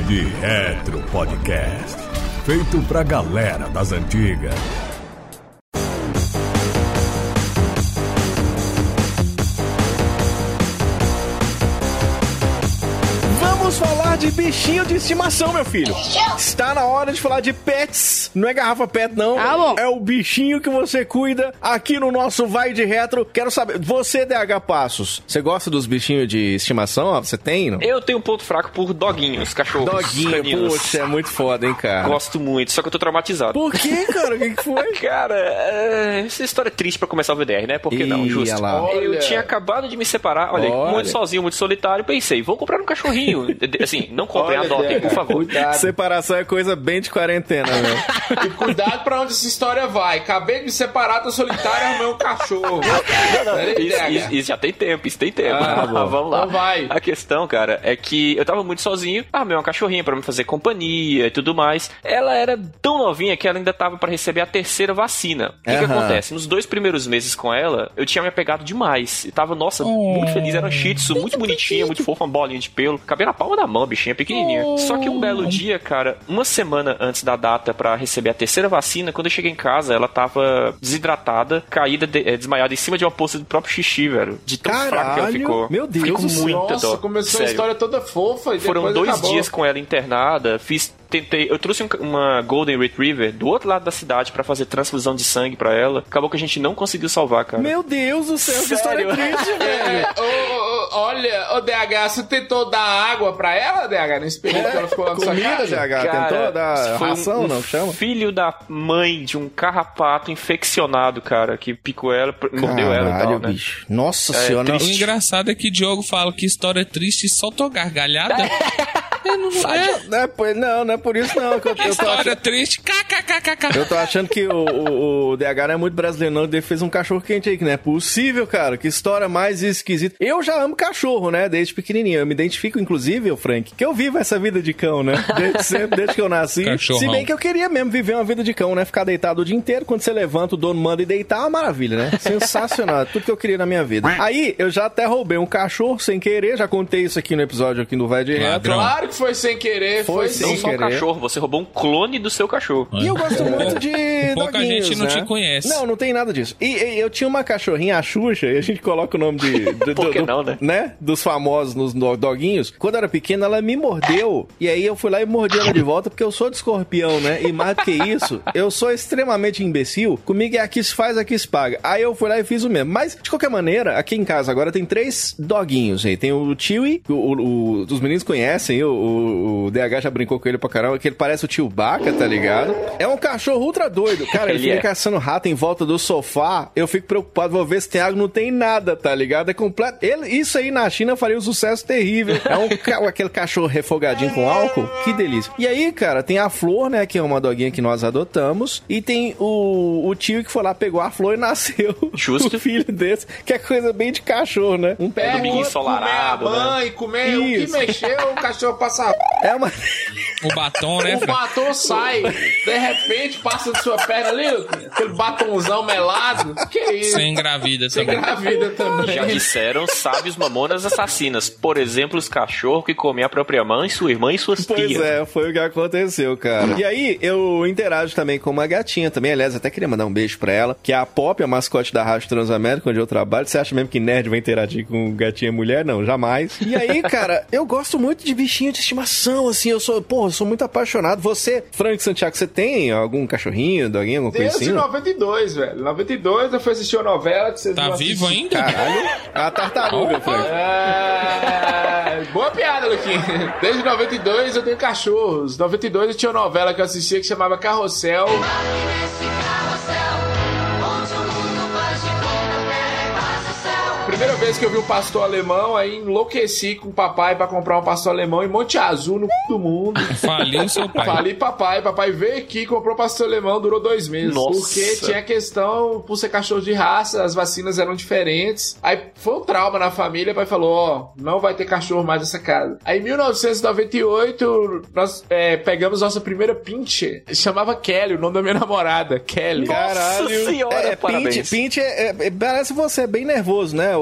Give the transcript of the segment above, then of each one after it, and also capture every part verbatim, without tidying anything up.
de Retro Podcast, feito pra galera das antigas. Vamos falar de bichinho de estimação, meu filho. Está na hora de falar de pets. Não é garrafa pet, não. Ah, bom. É o bichinho que você cuida aqui no nosso Vai de Retro. Quero saber, você, D H Passos, você gosta dos bichinhos de estimação? Você tem, não? Eu tenho um ponto fraco por doguinhos, cachorros. Doguinho, caninos. poxa, é muito foda, hein, cara? Gosto muito, só que eu tô traumatizado. Por quê, cara? O que, que foi? Cara, é... essa história é triste pra começar o V D R, né? Por que não? Ih, Justo. olha lá. Eu Olha. tinha acabado de me separar, olha, Olha. muito sozinho, muito solitário, pensei, vou comprar um cachorrinho. Assim, não comprem, Olha, adotem, D H, por favor. Cuidado. Separação é coisa bem de quarentena, né? E cuidado pra onde essa história vai. Acabei de me separar, tô solitário e arrumei um cachorro. Peraí, Isso, D H. isso- isso já tem tempo, isso tem tempo. Ah, bom. Vamos lá. Então vai. A questão, cara, é que eu tava muito sozinho, arrumei uma cachorrinha pra me fazer companhia e tudo mais. Ela era tão novinha que ela ainda tava pra receber a terceira vacina. O que, que Aham. acontece? Nos dois primeiros meses com ela, eu tinha me apegado demais. E tava, nossa, muito feliz. Era um shih tzu, muito bonitinha, muito fofa, uma bolinha de pelo. Cabia na palma da mão, bichinha pequenininha. Só que um belo dia, cara, uma semana antes da data pra receber a terceira vacina, quando eu cheguei em casa, ela tava desidratada, caída, de- eh, desmaiada em cima de uma poça do próprio xixi, velho. De tão fraca que ela Caralho, ficou. meu Deus Fiquei com do céu. muita Nossa, dó. começou Sério. a história toda fofa e Foram depois dois acabou. dias com ela internada, fiz, tentei, eu trouxe um- uma Golden Retriever do outro lado da cidade pra fazer transfusão de sangue pra ela. Acabou que a gente não conseguiu salvar, cara. Meu Deus do céu, que história Sério? triste, velho. É, ô, ô, ô, olha, ô D H, você tentou dar água pra ela, D H, nesse período que ela ficou lá na sua Comida, casa? D H, tentou dar foi um- ração, um não chama? filho da mãe de um carrapato infeccionado, cara, que picou ela, mordeu ela e tal, Caralho, né? bicho. Nossa É, senhora. triste. não- O engraçado é que Diogo fala que história triste e soltou gargalhada. É, não, é, Não é, por- não, não é por isso não. que eu, eu, tô história achando, triste. Kkkk. eu tô achando que o, o- o D H não é muito brasileiro, não. Ele fez um cachorro quente aí, que não é possível, cara. Que história mais esquisita. Eu já amo cachorro, né? Desde pequenininho. Eu me identifico, inclusive, o Frank, que eu vivo essa vida de cão, né? Desde sempre, desde que eu nasci. Cachorrão. Se bem que eu queria mesmo viver uma vida de cão, né? Ficar deitado o dia inteiro. Quando você levanta, o dono manda e deitar, é uma maravilha, né? Sensacional. Tudo que eu queria na minha vida. Aí, eu já até roubei um cachorro sem querer. Já contei isso aqui no episódio aqui no Vai de Retro. Ladrão. Claro que foi sem querer, Foi foi, sem Não sim. só um querer. cachorro, você roubou um clone do seu cachorro. E eu gosto muito de Pouca doguinhos, gente não né? te conhece. Não, não tem nada disso. E, e eu tinha uma cachorrinha, a Xuxa, e a gente coloca o nome de... Do, Por que do- não, né? Dos famosos nos do- doguinhos. Quando eu era pequena, ela me mordeu. E aí eu fui lá e mordi ela de volta, porque eu sou de escorpião, né? E mais do que isso, eu sou extremamente imbecil. Comigo é aqui se faz, aqui se paga. Aí eu fui lá e fiz o mesmo. Mas, de qualquer maneira, aqui em casa agora tem três doguinhos aí. Tem o Chewie, o, o, o- os meninos conhecem, o, o, o D H já brincou com ele pra caramba, que ele parece o Chewbacca, tá ligado? É um cachorro ultra doido. Cara, ele, Ele fica é. caçando rato em volta do sofá. Eu fico preocupado, vou ver se tem água, não tem nada, tá ligado? É completo. Ele, isso aí na China faria um sucesso terrível. É um ca- aquele cachorro refogadinho com álcool. Que delícia. E aí, cara, tem a Flor, né, que é uma doguinha que nós adotamos. E tem o, o tio que foi lá, pegou a Flor e nasceu. Justo. Um filho desse, que é coisa bem de cachorro, né? Um pé É, do bicho comer a ensolarado, né? mãe, comer o que Isso. mexeu, o cachorro passa... É uma... O batom, né, O Fran? batom sai, de repente passa de sua perna ali, aquele batonzão melado. Que isso? Você engravida Você também. engravida também. Já disseram sábios mamonas assassinas. Por exemplo, os cachorros que comem a própria mãe, sua irmã e suas Pois tias. é, foi o que aconteceu, cara. E aí, eu interajo também com uma gatinha também. Aliás, até queria mandar um beijo pra ela, que é a Pop, a mascote da Rádio Transamérica, onde eu trabalho. Você acha mesmo que nerd vai interagir com gatinha mulher? Não, jamais. E aí, cara, eu gosto muito de bichinho de estimação, assim. Eu sou, porra, eu sou muito apaixonado. Você, Frank Santiago, você tem algum cachorrinho, doguinho, alguma coisa Desde assim? não? noventa e dois, velho. noventa e dois eu fui assistir uma novela que vocês Tá não vivo assistiram. ainda? Caralho, é a tartaruga, Frank. É... Boa piada, Luquinho. Desde noventa e dois eu tenho cachorros. noventa e dois eu tinha uma novela que eu assistia que chamava Carrossel. Primeira vez que eu vi um pastor alemão, aí enlouqueci com o papai pra comprar um pastor alemão em Monte Azul, no c... do mundo. Faliu seu pai. Falei papai, papai veio aqui, comprou pastor alemão, durou dois meses. Nossa. Porque tinha questão, por ser cachorro de raça, as vacinas eram diferentes. Aí foi um trauma na família, pai falou, ó, não vai ter cachorro mais nessa casa. Aí em mil novecentos e noventa e oito, nós é, pegamos nossa primeira pincher, chamava Kelly, o nome da minha namorada, Kelly. Caralho. Nossa senhora, é, parabéns. Pinte, Pinte é, é- parece você, é bem nervoso, né? O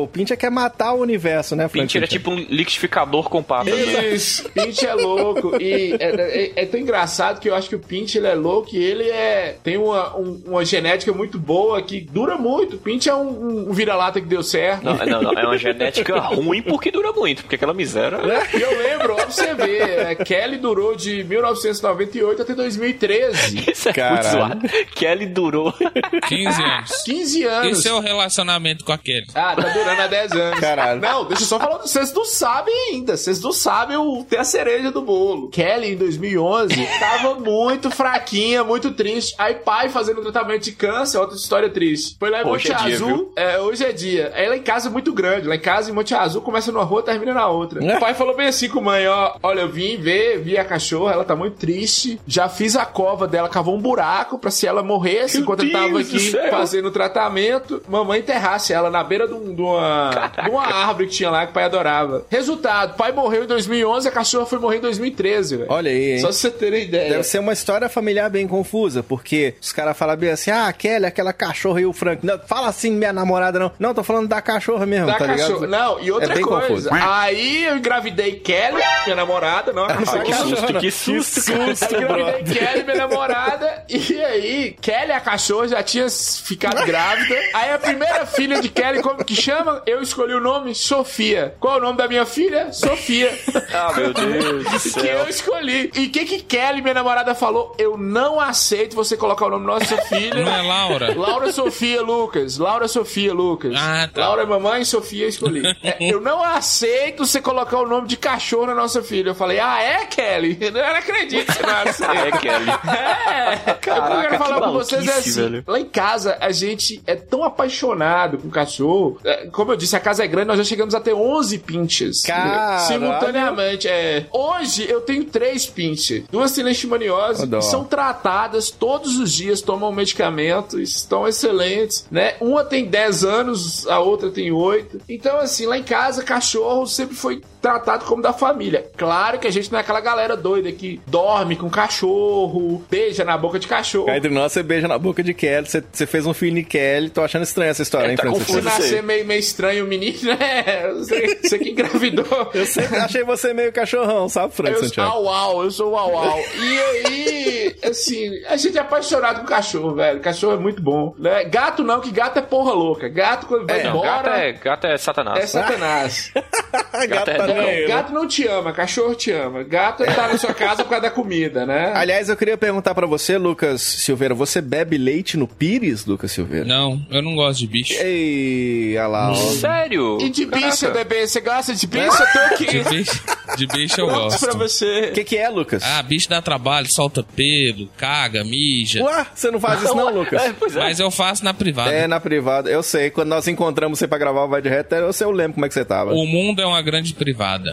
O Pincher quer matar o universo, né, Frank? Pincher é tipo um liquidificador com papas. Isso, Pincher é louco. E é, é, é tão engraçado que eu acho que o Pincher ele é louco e ele é, tem uma, um, uma genética muito boa que dura muito. O Pincher é um, um vira-lata que deu certo. Não, não, não, é uma genética ruim porque dura muito, porque aquela miséria... E eu lembro, ó, pra você ver, Kelly durou de mil novecentos e noventa e oito até dois mil e treze. Isso é Caralho. muito zoado. Kelly durou... quinze anos. quinze anos. Esse é o relacionamento com a Kelly. Ah, tá durando há dez anos. Caralho. Não, deixa eu só falar, vocês não sabem ainda, vocês não sabem o, ter a cereja do bolo. Kelly, em dois mil e onze, tava muito fraquinha, muito triste. Aí pai fazendo tratamento de câncer, outra história triste. Foi lá em hoje Monte é dia, Azul. viu? É, hoje é dia. Aí lá em casa é muito grande. Lá em casa, em Monte Azul, começa numa rua, termina na outra. O pai falou bem assim com a mãe, ó, olha, eu vim ver, vi a cachorra, ela tá muito triste. Já fiz a cova dela, cavou um buraco pra se ela morresse Meu enquanto Deus eu tava aqui fazendo o tratamento, mamãe enterrasse ela na beira de, um, de, uma, de uma árvore que tinha lá que o pai adorava. Resultado, pai morreu em dois mil e onze, a cachorra foi morrer em dois mil e treze, velho. Olha aí, hein? Só pra você ter ideia. Deve ser uma história familiar bem confusa, porque os caras falam bem assim, ah, Kelly, aquela cachorra e o Frank. Não, fala assim, minha namorada, não. Não, tô falando da cachorra mesmo, da tá cachorra. ligado? Não, e outra é bem coisa. Confuso. Aí eu engravidei Kelly, minha namorada, não, não foi que cachorra, susto, não. que susto, que susto, eu engravidei Kelly, minha namorada, e aí, Kelly, a cachorra, já tinha ficado grávida. Aí a primeira filha de Kelly, como que chama? Eu escolhi o nome Sofia. Qual é o nome da minha filha? Sofia. Ah, meu Deus do céu. Que eu escolhi. E o que que Kelly, minha namorada, falou? Eu não aceito você colocar o nome da nossa filha. Não é Laura? Laura Sofia Lucas. Laura Sofia Lucas. Ah, tá. Laura é mamãe, Sofia eu escolhi. É, eu não aceito você colocar o nome de cachorro na nossa filha. Eu falei, ah, é, Kelly? Eu não acredito que você não aceita. É, Kelly. É. Caraca, eu quero falar que com vocês é assim. velho. Lá em casa, a gente é tão apaixonado com cachorro. É, como eu disse, a casa é grande, nós já chegamos a ter onze pinches. Caralho. Simultaneamente, é. Hoje eu tenho três pinches. Duas têm leishmaniose e são tratadas todos os dias, tomam medicamento, estão excelentes, né? Uma tem dez anos, a outra tem oito. Então, assim, lá em casa, cachorro sempre foi tratado como da família. Claro que a gente não é aquela galera doida que dorme com cachorro, beija na boca de cachorro. Cá entre nós, você beija na boca de Kelly, você, você fez um filho em Kelly. Tô achando estranha essa história, É, hein, tá Francisco? Se nascer meio, meio estranho o menino, né? Você, você que engravidou. Eu sempre achei você meio cachorrão, sabe, Frank Eu, Santiago? au, au, eu sou o au, au. E aí, assim, a gente é apaixonado com cachorro, velho. Cachorro é muito bom, né? Gato não, que gato é porra louca. Gato, quando vai Não, embora... gato é, gato é satanás. É satanás. Gato é- tá não, nem aí, né? Gato não te ama, cachorro te ama. Gato tá na sua casa por causa da comida, né? Aliás, eu queria perguntar pra você, Lucas Silveira, você bebe leite no pires, Lucas Silveira? Não, eu não gosto de bicho. Ei, olha lá, ó. Sério? E de bicho, Caraca. bebê? Você gosta de bicho? Eu tô aqui. De bicho, de bicho eu Pronto pra gosto. você. O que que é, Lucas? Ah, bicho dá trabalho, solta pelo, caga, mija. Ué, você não faz isso não, Lucas? É, pois é. Mas eu faço na privada. É, na privada, eu sei. Quando nós encontramos você pra gravar o Vai de Reto, eu sei, eu lembro como é que você tava. O mundo é uma grande privada.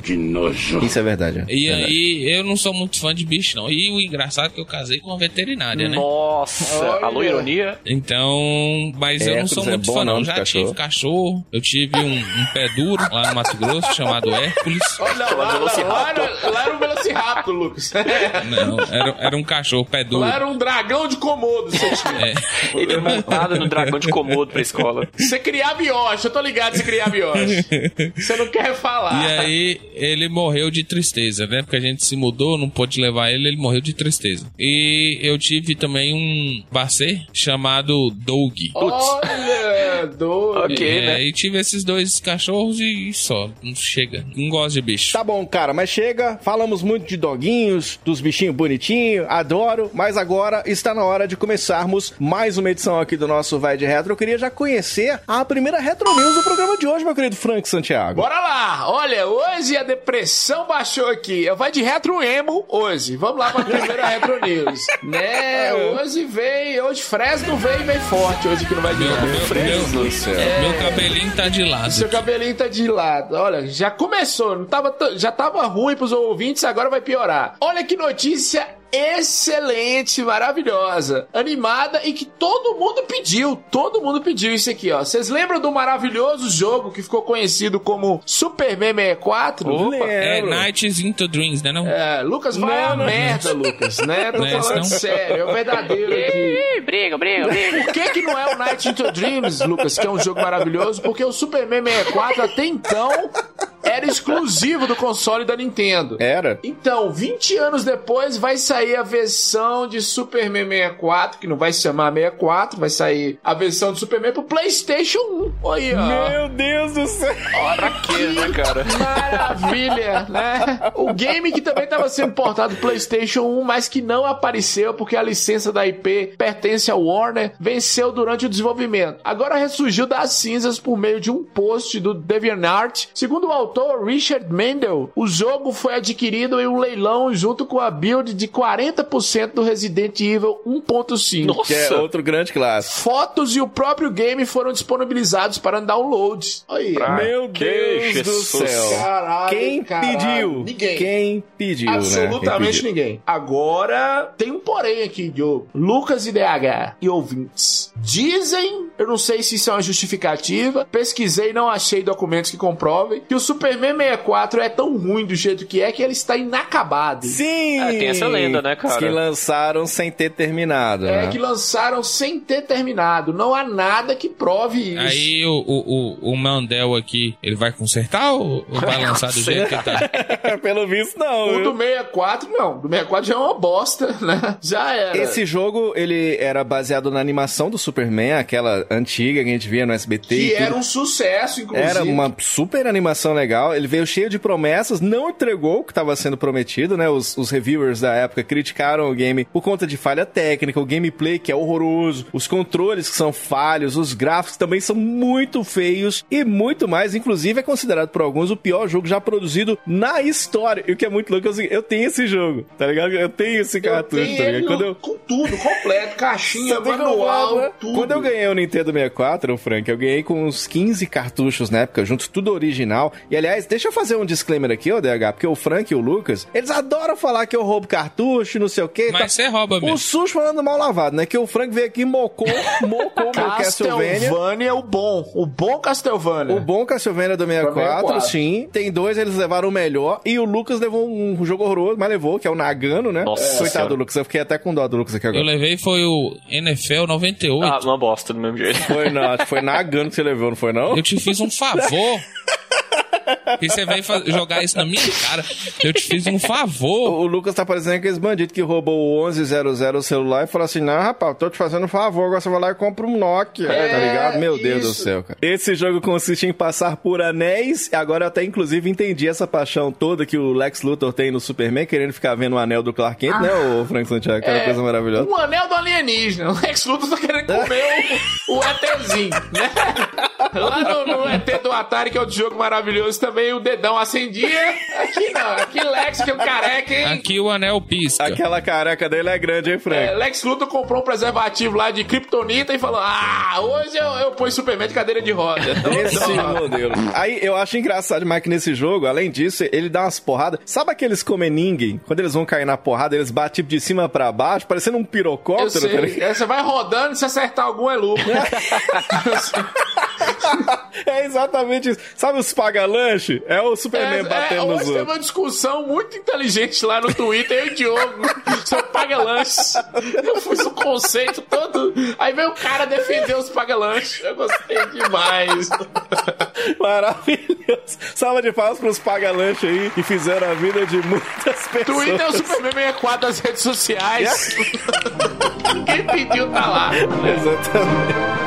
Isso é verdade. E é aí, eu não sou muito fã de bicho, não. E o engraçado é que eu casei com uma veterinária, né? Nossa, Olha. alô, ironia? Então, mas eu não Hércules sou é muito bom fã, não. nome de Já cachorro. tive cachorro, eu tive um, um pé duro lá no Mato Grosso, chamado Hércules. Olha lá, lá, lá, era- lá era um velociraptor, Lucas. Não, era, era um cachorro, pé duro. Lá era um dragão de Komodo, você tinha. É. Ele é montado no dragão de Komodo pra escola. Você criava Yoshi, eu tô ligado que você criava Yoshi. Você não quer falar. E aí, ele morreu de tristeza, né? Porque a gente se mudou, não pôde levar ele, ele morreu de tristeza. E eu tive também um Basset chamado Doug. Olha, doido. Ok, É, né? e tive esses dois cachorros e só. Não chega. Não gosto de bicho. Tá bom, cara, mas chega. Falamos muito de doguinhos, dos bichinhos bonitinhos, adoro. Mas agora está na hora de começarmos mais uma edição aqui do nosso Vai de Retro. Eu queria já conhecer a primeira Retro News do programa de hoje, meu querido Frank Santiago. Bora lá! Olha, hoje a depressão baixou aqui. Vai de retro emo hoje. Vamos lá pra primeira Retro News. Né? Hoje veio. Hoje Fresno veio bem forte. Hoje que não vai de Meu, retro. meu, Fresno meu, do céu. meu cabelinho tá de lado. Seu cabelinho tá de lado. Olha, já começou. Não tava t- já tava ruim pros ouvintes, agora vai piorar. Olha que notícia excelente, maravilhosa, animada e que todo mundo pediu, todo mundo pediu isso aqui, ó. Vocês lembram do maravilhoso jogo que ficou conhecido como Superman sessenta e quatro? Opa, é Nights into Dreams, né não? É, Lucas vai a merda, Lucas, né? Tô Não é falando isso, não? sério, é o verdadeiro aqui. briga, briga, briga. Por que que não é o Night into Dreams, Lucas, que é um jogo maravilhoso? Porque o Superman sessenta e quatro até então era exclusivo do console da Nintendo. Era? Então, vinte anos depois vai sair a versão de Superman sessenta e quatro, que não vai se chamar sessenta e quatro, vai sair a versão de Superman pro PlayStation um. Olha aí, ó. Meu Deus do céu! Ora Que, né, cara? maravilha, né? O game que também estava sendo portado pro PlayStation um, mas que não apareceu porque a licença da I P pertence ao Warner, venceu durante o desenvolvimento. Agora ressurgiu das cinzas por meio de um post do DeviantArt. Segundo o autor Richard Mendel, o jogo foi adquirido em um leilão junto com a build de quarenta por cento do Resident Evil um ponto cinco. Nossa! Que é outro grande clássico. Fotos e o próprio game foram disponibilizados para download. Aí. Pra Meu que, Deus do Jesus? céu! Caralho, Quem caralho. pediu? Ninguém. Quem pediu, Absolutamente né? Quem ninguém. Agora, tem um porém aqui, Diogo. Lucas e D H e ouvintes. Dizem, eu não sei se isso é uma justificativa, pesquisei e não achei documentos que comprovem, que o Superman sessenta e quatro é tão ruim do jeito que é que ele está inacabado. Sim! É, tem essa lenda, né, cara? Que lançaram sem ter terminado, É, né? que lançaram sem ter terminado. Não há nada que prove isso. Aí o, o, o, o Mandel aqui, ele vai consertar ou, ou vai lançar do jeito que tá? Pelo visto, não. O viu? do sessenta e quatro, não. Do sessenta e quatro já é uma bosta, né? Já era. Esse jogo, ele era baseado na animação do Superman, aquela antiga que a gente via no S B T. Que e tudo. era um sucesso, inclusive. Era uma super animação legal. Ele veio cheio de promessas, não entregou o que estava sendo prometido, né? Os, os reviewers da época criticaram o game por conta de falha técnica, o gameplay que é horroroso, os controles que são falhos, os gráficos também são muito feios e muito mais. Inclusive, é considerado por alguns o pior jogo já produzido na história. E o que é muito louco é o seguinte, eu tenho esse jogo, tá ligado? Eu tenho esse cartucho, tenho tá ligado? ele Quando eu... com tudo, completo, caixinha, Você tem que manual, comprar, né? tudo. Quando eu ganhei o Nintendo sessenta e quatro, Frank, eu ganhei com uns quinze cartuchos na época, juntos, tudo original. E, aliás, deixa eu fazer um disclaimer aqui, ó, D H, porque o Frank e o Lucas, eles adoram falar que eu roubo cartucho, não sei o quê. Mas tá... você rouba O mesmo. Sus falando mal lavado, né? Que o Frank veio aqui e mocou, mocou o meu Castlevania. Castlevania é o bom, o bom Castlevania. O bom Castlevania do sessenta e quatro, sessenta e quatro. sim. Tem dois, eles levaram o melhor. E o Lucas levou um jogo horroroso, mas levou, que é o Nagano, né? Nossa Coitado senhora. do Lucas, eu fiquei até com dó do Lucas aqui Eu agora. levei foi o N F L noventa e oito. Ah, uma bosta do mesmo jeito. Foi, não, acho que foi Nagano que você levou, não foi, não? Eu te fiz um favor. E você veio fa- jogar isso na minha cara. Eu te fiz um favor. O Lucas tá parecendo aqueles bandidos que roubou o onze zero zero celular e falou assim, não, rapaz, tô te fazendo um favor, agora você vai lá e compra um Nokia, É, tá ligado? Meu Deus do isso. céu, cara. Esse jogo consiste em passar por anéis, e agora eu até inclusive entendi essa paixão toda que o Lex Luthor tem no Superman, querendo ficar vendo o anel do Clark Kent, né, o Frank Santiago? Aquela É, coisa maravilhosa. Um anel do alienígena. O Lex Luthor tá querendo comer o, o ETzinho, né? Lá no, no E T do Atari, que é outro jogo maravilhoso, também o dedão acendia. Aqui não, aqui Lex, que é o careca, hein? Aqui o anel pisca. Aquela careca dele é grande, hein, Frank? É, Lex Luthor comprou um preservativo lá de Kryptonita e falou: Ah, hoje eu, eu ponho Superman de cadeira de roda. Esse modelo. Aí eu acho engraçado demais que nesse jogo, além disso, ele dá umas porradas. Sabe aqueles Comeningen? Quando eles vão cair na porrada, eles batem tipo de cima pra baixo, parecendo um Eu pirocóptero. sei. tá ligado? É, você vai rodando e se acertar algum é lucro. É exatamente isso. Sabe os paga-lanche? É o Superman É, batendo é, nos hoje teve outros. uma discussão muito inteligente lá no Twitter, eu e o Diogo, sobre paga-lanches. Eu fiz o conceito todo. Aí veio o cara defender os paga-lanches. Eu gostei demais. Maravilhoso. Salva de palmas pros paga-lanche aí que fizeram a vida de muitas pessoas. Twitter é o Superman sessenta e quatro das redes sociais. Quem pediu tá lá. Exatamente.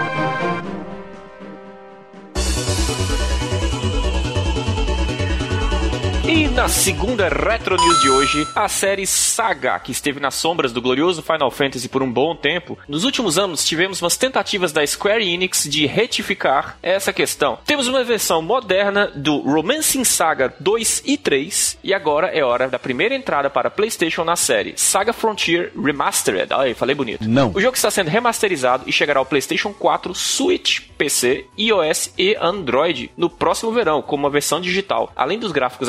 E na segunda Retro News de hoje, a série Saga, que esteve nas sombras do glorioso Final Fantasy por um bom tempo, nos últimos anos tivemos umas tentativas da Square Enix de retificar essa questão. Temos uma versão moderna do Romancing Saga dois e três, e agora é hora da primeira entrada para PlayStation na série, Saga Frontier Remastered. Aí, falei bonito. Não. O jogo está sendo remasterizado e chegará ao PlayStation quatro, Switch, P C, iOS e Android no próximo verão, como uma versão digital. Além dos gráficos aprimorados,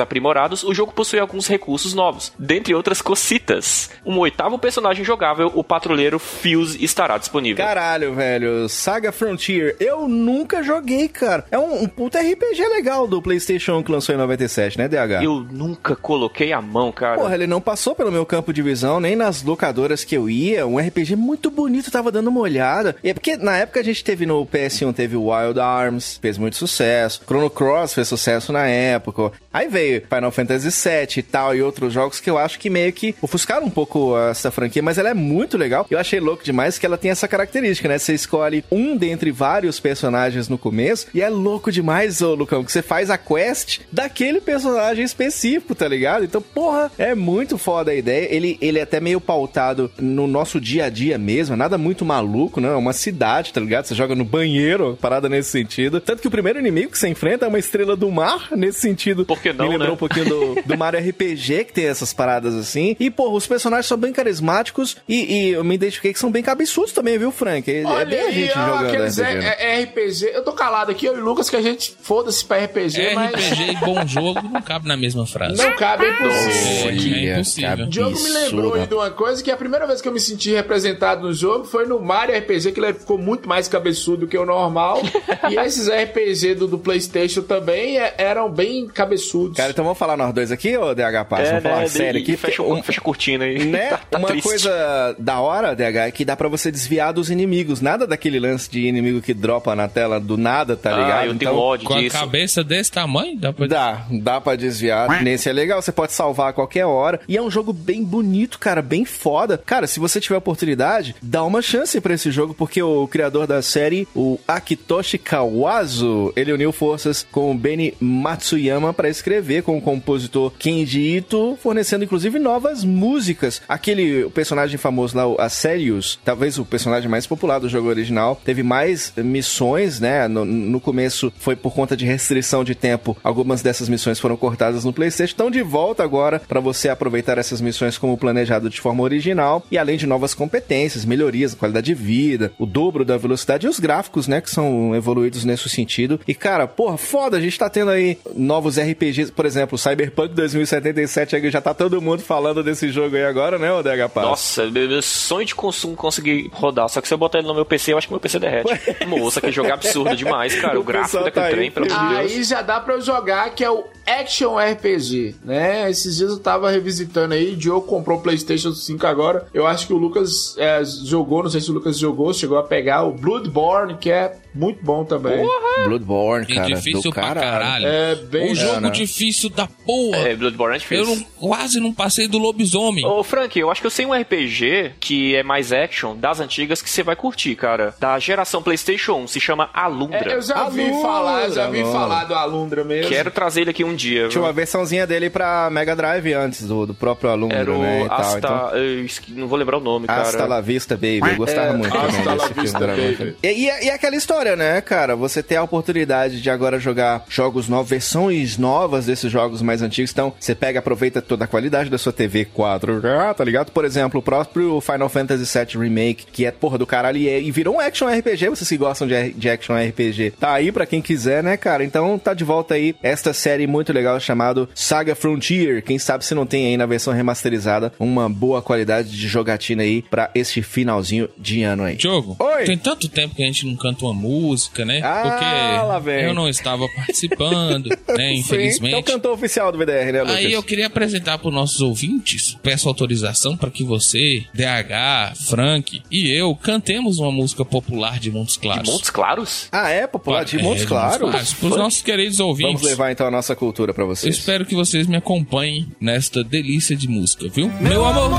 atualizados, o jogo possui alguns recursos novos, dentre outras cocitas. Um oitavo personagem jogável, o patrulheiro Fuse, estará disponível. Caralho, velho. Saga Frontier. Eu nunca joguei, cara. É um, um puta R P G legal do PlayStation um que lançou em noventa e sete, né, D H? Eu nunca coloquei a mão, cara. Porra, ele não passou pelo meu campo de visão, nem nas locadoras que eu ia. Um R P G muito bonito, tava dando uma olhada. E é porque na época a gente teve no P S um, teve o Wild Arms, fez muito sucesso. Chrono Cross fez sucesso na época. Aí veio Final Fantasy sete e tal, e outros jogos que eu acho que meio que ofuscaram um pouco essa franquia, mas ela é muito legal. Eu achei louco demais que ela tem essa característica, né? Você escolhe um dentre vários personagens no começo, e é louco demais, ô Lucão, que você faz a quest daquele personagem específico, tá ligado? Então, porra, é muito foda a ideia. Ele, ele é até meio pautado no nosso dia a dia mesmo, nada muito maluco, né? É uma cidade, tá ligado? Você joga no banheiro, parada nesse sentido. Tanto que o primeiro inimigo que você enfrenta é uma estrela do mar, nesse sentido. Por que não, Me lembrou né? um pouquinho do, do Mario R P G, que tem essas paradas assim. E, porra, os personagens são bem carismáticos e, e eu me identifiquei que são bem cabeçudos também, viu, Frank? É, Olha é bem aí, a gente ó, jogando aqueles R P G. é, é R P G. Eu tô calado aqui, eu e o Lucas, que a gente foda-se pra R P G, mas... R P G e bom jogo não cabe na mesma frase. Não cabe, é impossível. É, é impossível. O Diogo me lembrou aí de uma coisa, que a primeira vez que eu me senti representado no jogo foi no Mario R P G, que ele ficou muito mais cabeçudo que o normal. E esses R P G do, do PlayStation também é, eram bem cabeçudos. Cara, então vamos falar nós dois aqui, ô D H Pass? É, vamos falar né, sério aqui. Fecha, um, fecha a cortina aí. Né? Tá, tá uma triste. coisa da hora, D H, é que dá pra você desviar dos inimigos. Nada daquele lance de inimigo que dropa na tela do nada, tá ligado? Ah, eu tenho então, ódio Com disso. a cabeça desse tamanho, dá pra... Dá, dá pra desviar. Nesse é legal, você pode salvar a qualquer hora. E é um jogo bem bonito, cara, bem foda. Cara, se você tiver oportunidade, dá uma chance pra esse jogo, porque o criador da série, o Akitoshi Kawazu, ele uniu forças com o Beni Matsuyama pra escrever com o compositor Kenji Ito, fornecendo inclusive novas músicas. Aquele personagem famoso lá, o Aselius, talvez o personagem mais popular do jogo original, teve mais missões, né? No, no começo foi por conta de restrição de tempo. Algumas dessas missões foram cortadas no PlayStation. Estão de volta agora para você aproveitar essas missões como planejado de forma original, e além de novas competências, melhorias, qualidade de vida, o dobro da velocidade e os gráficos, né? Que são evoluídos nesse sentido. E cara, porra, foda, a gente tá tendo aí novos R P Gs, por exemplo, Cyberpunk dois mil e setenta e sete, aí já tá todo mundo falando desse jogo aí agora, né, o D H Pass? Nossa, meu sonho de consumo conseguir rodar, só que se eu botar ele no meu P C, eu acho que meu P C derrete. Moça, que jogo absurdo demais, cara. O, O gráfico pessoal daquele tá aí, trem, pelo amor de Deus. Aí já dá pra eu jogar, que é o Action R P G, né? Esses dias eu tava revisitando aí, o Diogo comprou o PlayStation cinco agora. Eu acho que o Lucas é, jogou, não sei se o Lucas jogou, chegou a pegar o Bloodborne, que é muito bom também. Porra! Bloodborne, Que cara, difícil do pra caralho. caralho. É bem... Um jogo né? difícil da porra. É, Bloodborne é Eu difícil. não, quase não passei do lobisomem. Ô, Frank, eu acho que eu sei um R P G que é mais action, das antigas, que você vai curtir, cara. Da geração PlayStation um, se chama Alundra. É, eu já vi Alundra, falar, já vi Alundra. falar do Alundra mesmo. Quero trazer ele aqui um dia. Tinha uma versãozinha dele pra Mega Drive antes do, do próprio Alundra, Era o né, e tal. Asta... Então, eu esque- não vou lembrar o nome, cara. Hasta la vista, baby. Eu gostava É, muito Hasta também la desse vista, filme. Dragon baby. Ball. E, e, e aquela história, né, cara? Você ter a oportunidade de agora jogar jogos novos, versões novas desses jogos mais antigos. Então, você pega, aproveita toda a qualidade da sua T V quatro K, tá ligado? Por exemplo, o próprio Final Fantasy sete Remake, que é porra do caralho e, é, e virou um action R P G. Vocês que gostam de, de action R P G, tá aí pra quem quiser, né, cara? Então, tá de volta aí esta série muito legal chamado Saga Frontier. Quem sabe se não tem aí na versão remasterizada uma boa qualidade de jogatina aí pra este finalzinho de ano aí. Diogo, Oi. tem tanto tempo que a gente não canta uma música, né? Ah, lá Porque vem. eu não estava participando, né? Infelizmente. Sim, então cantor oficial do V D R, né, Lucas? Aí eu queria apresentar para os nossos ouvintes, peço autorização para que você, D H, Frank e eu cantemos uma música popular de Montes Claros. Montes Claros? Ah, é? Popular de É, Montes Claros? Para os nossos queridos ouvintes. Vamos levar então a nossa cultura pra Eu vocês. espero que vocês me acompanhem nesta delícia de música, viu? Meu amor,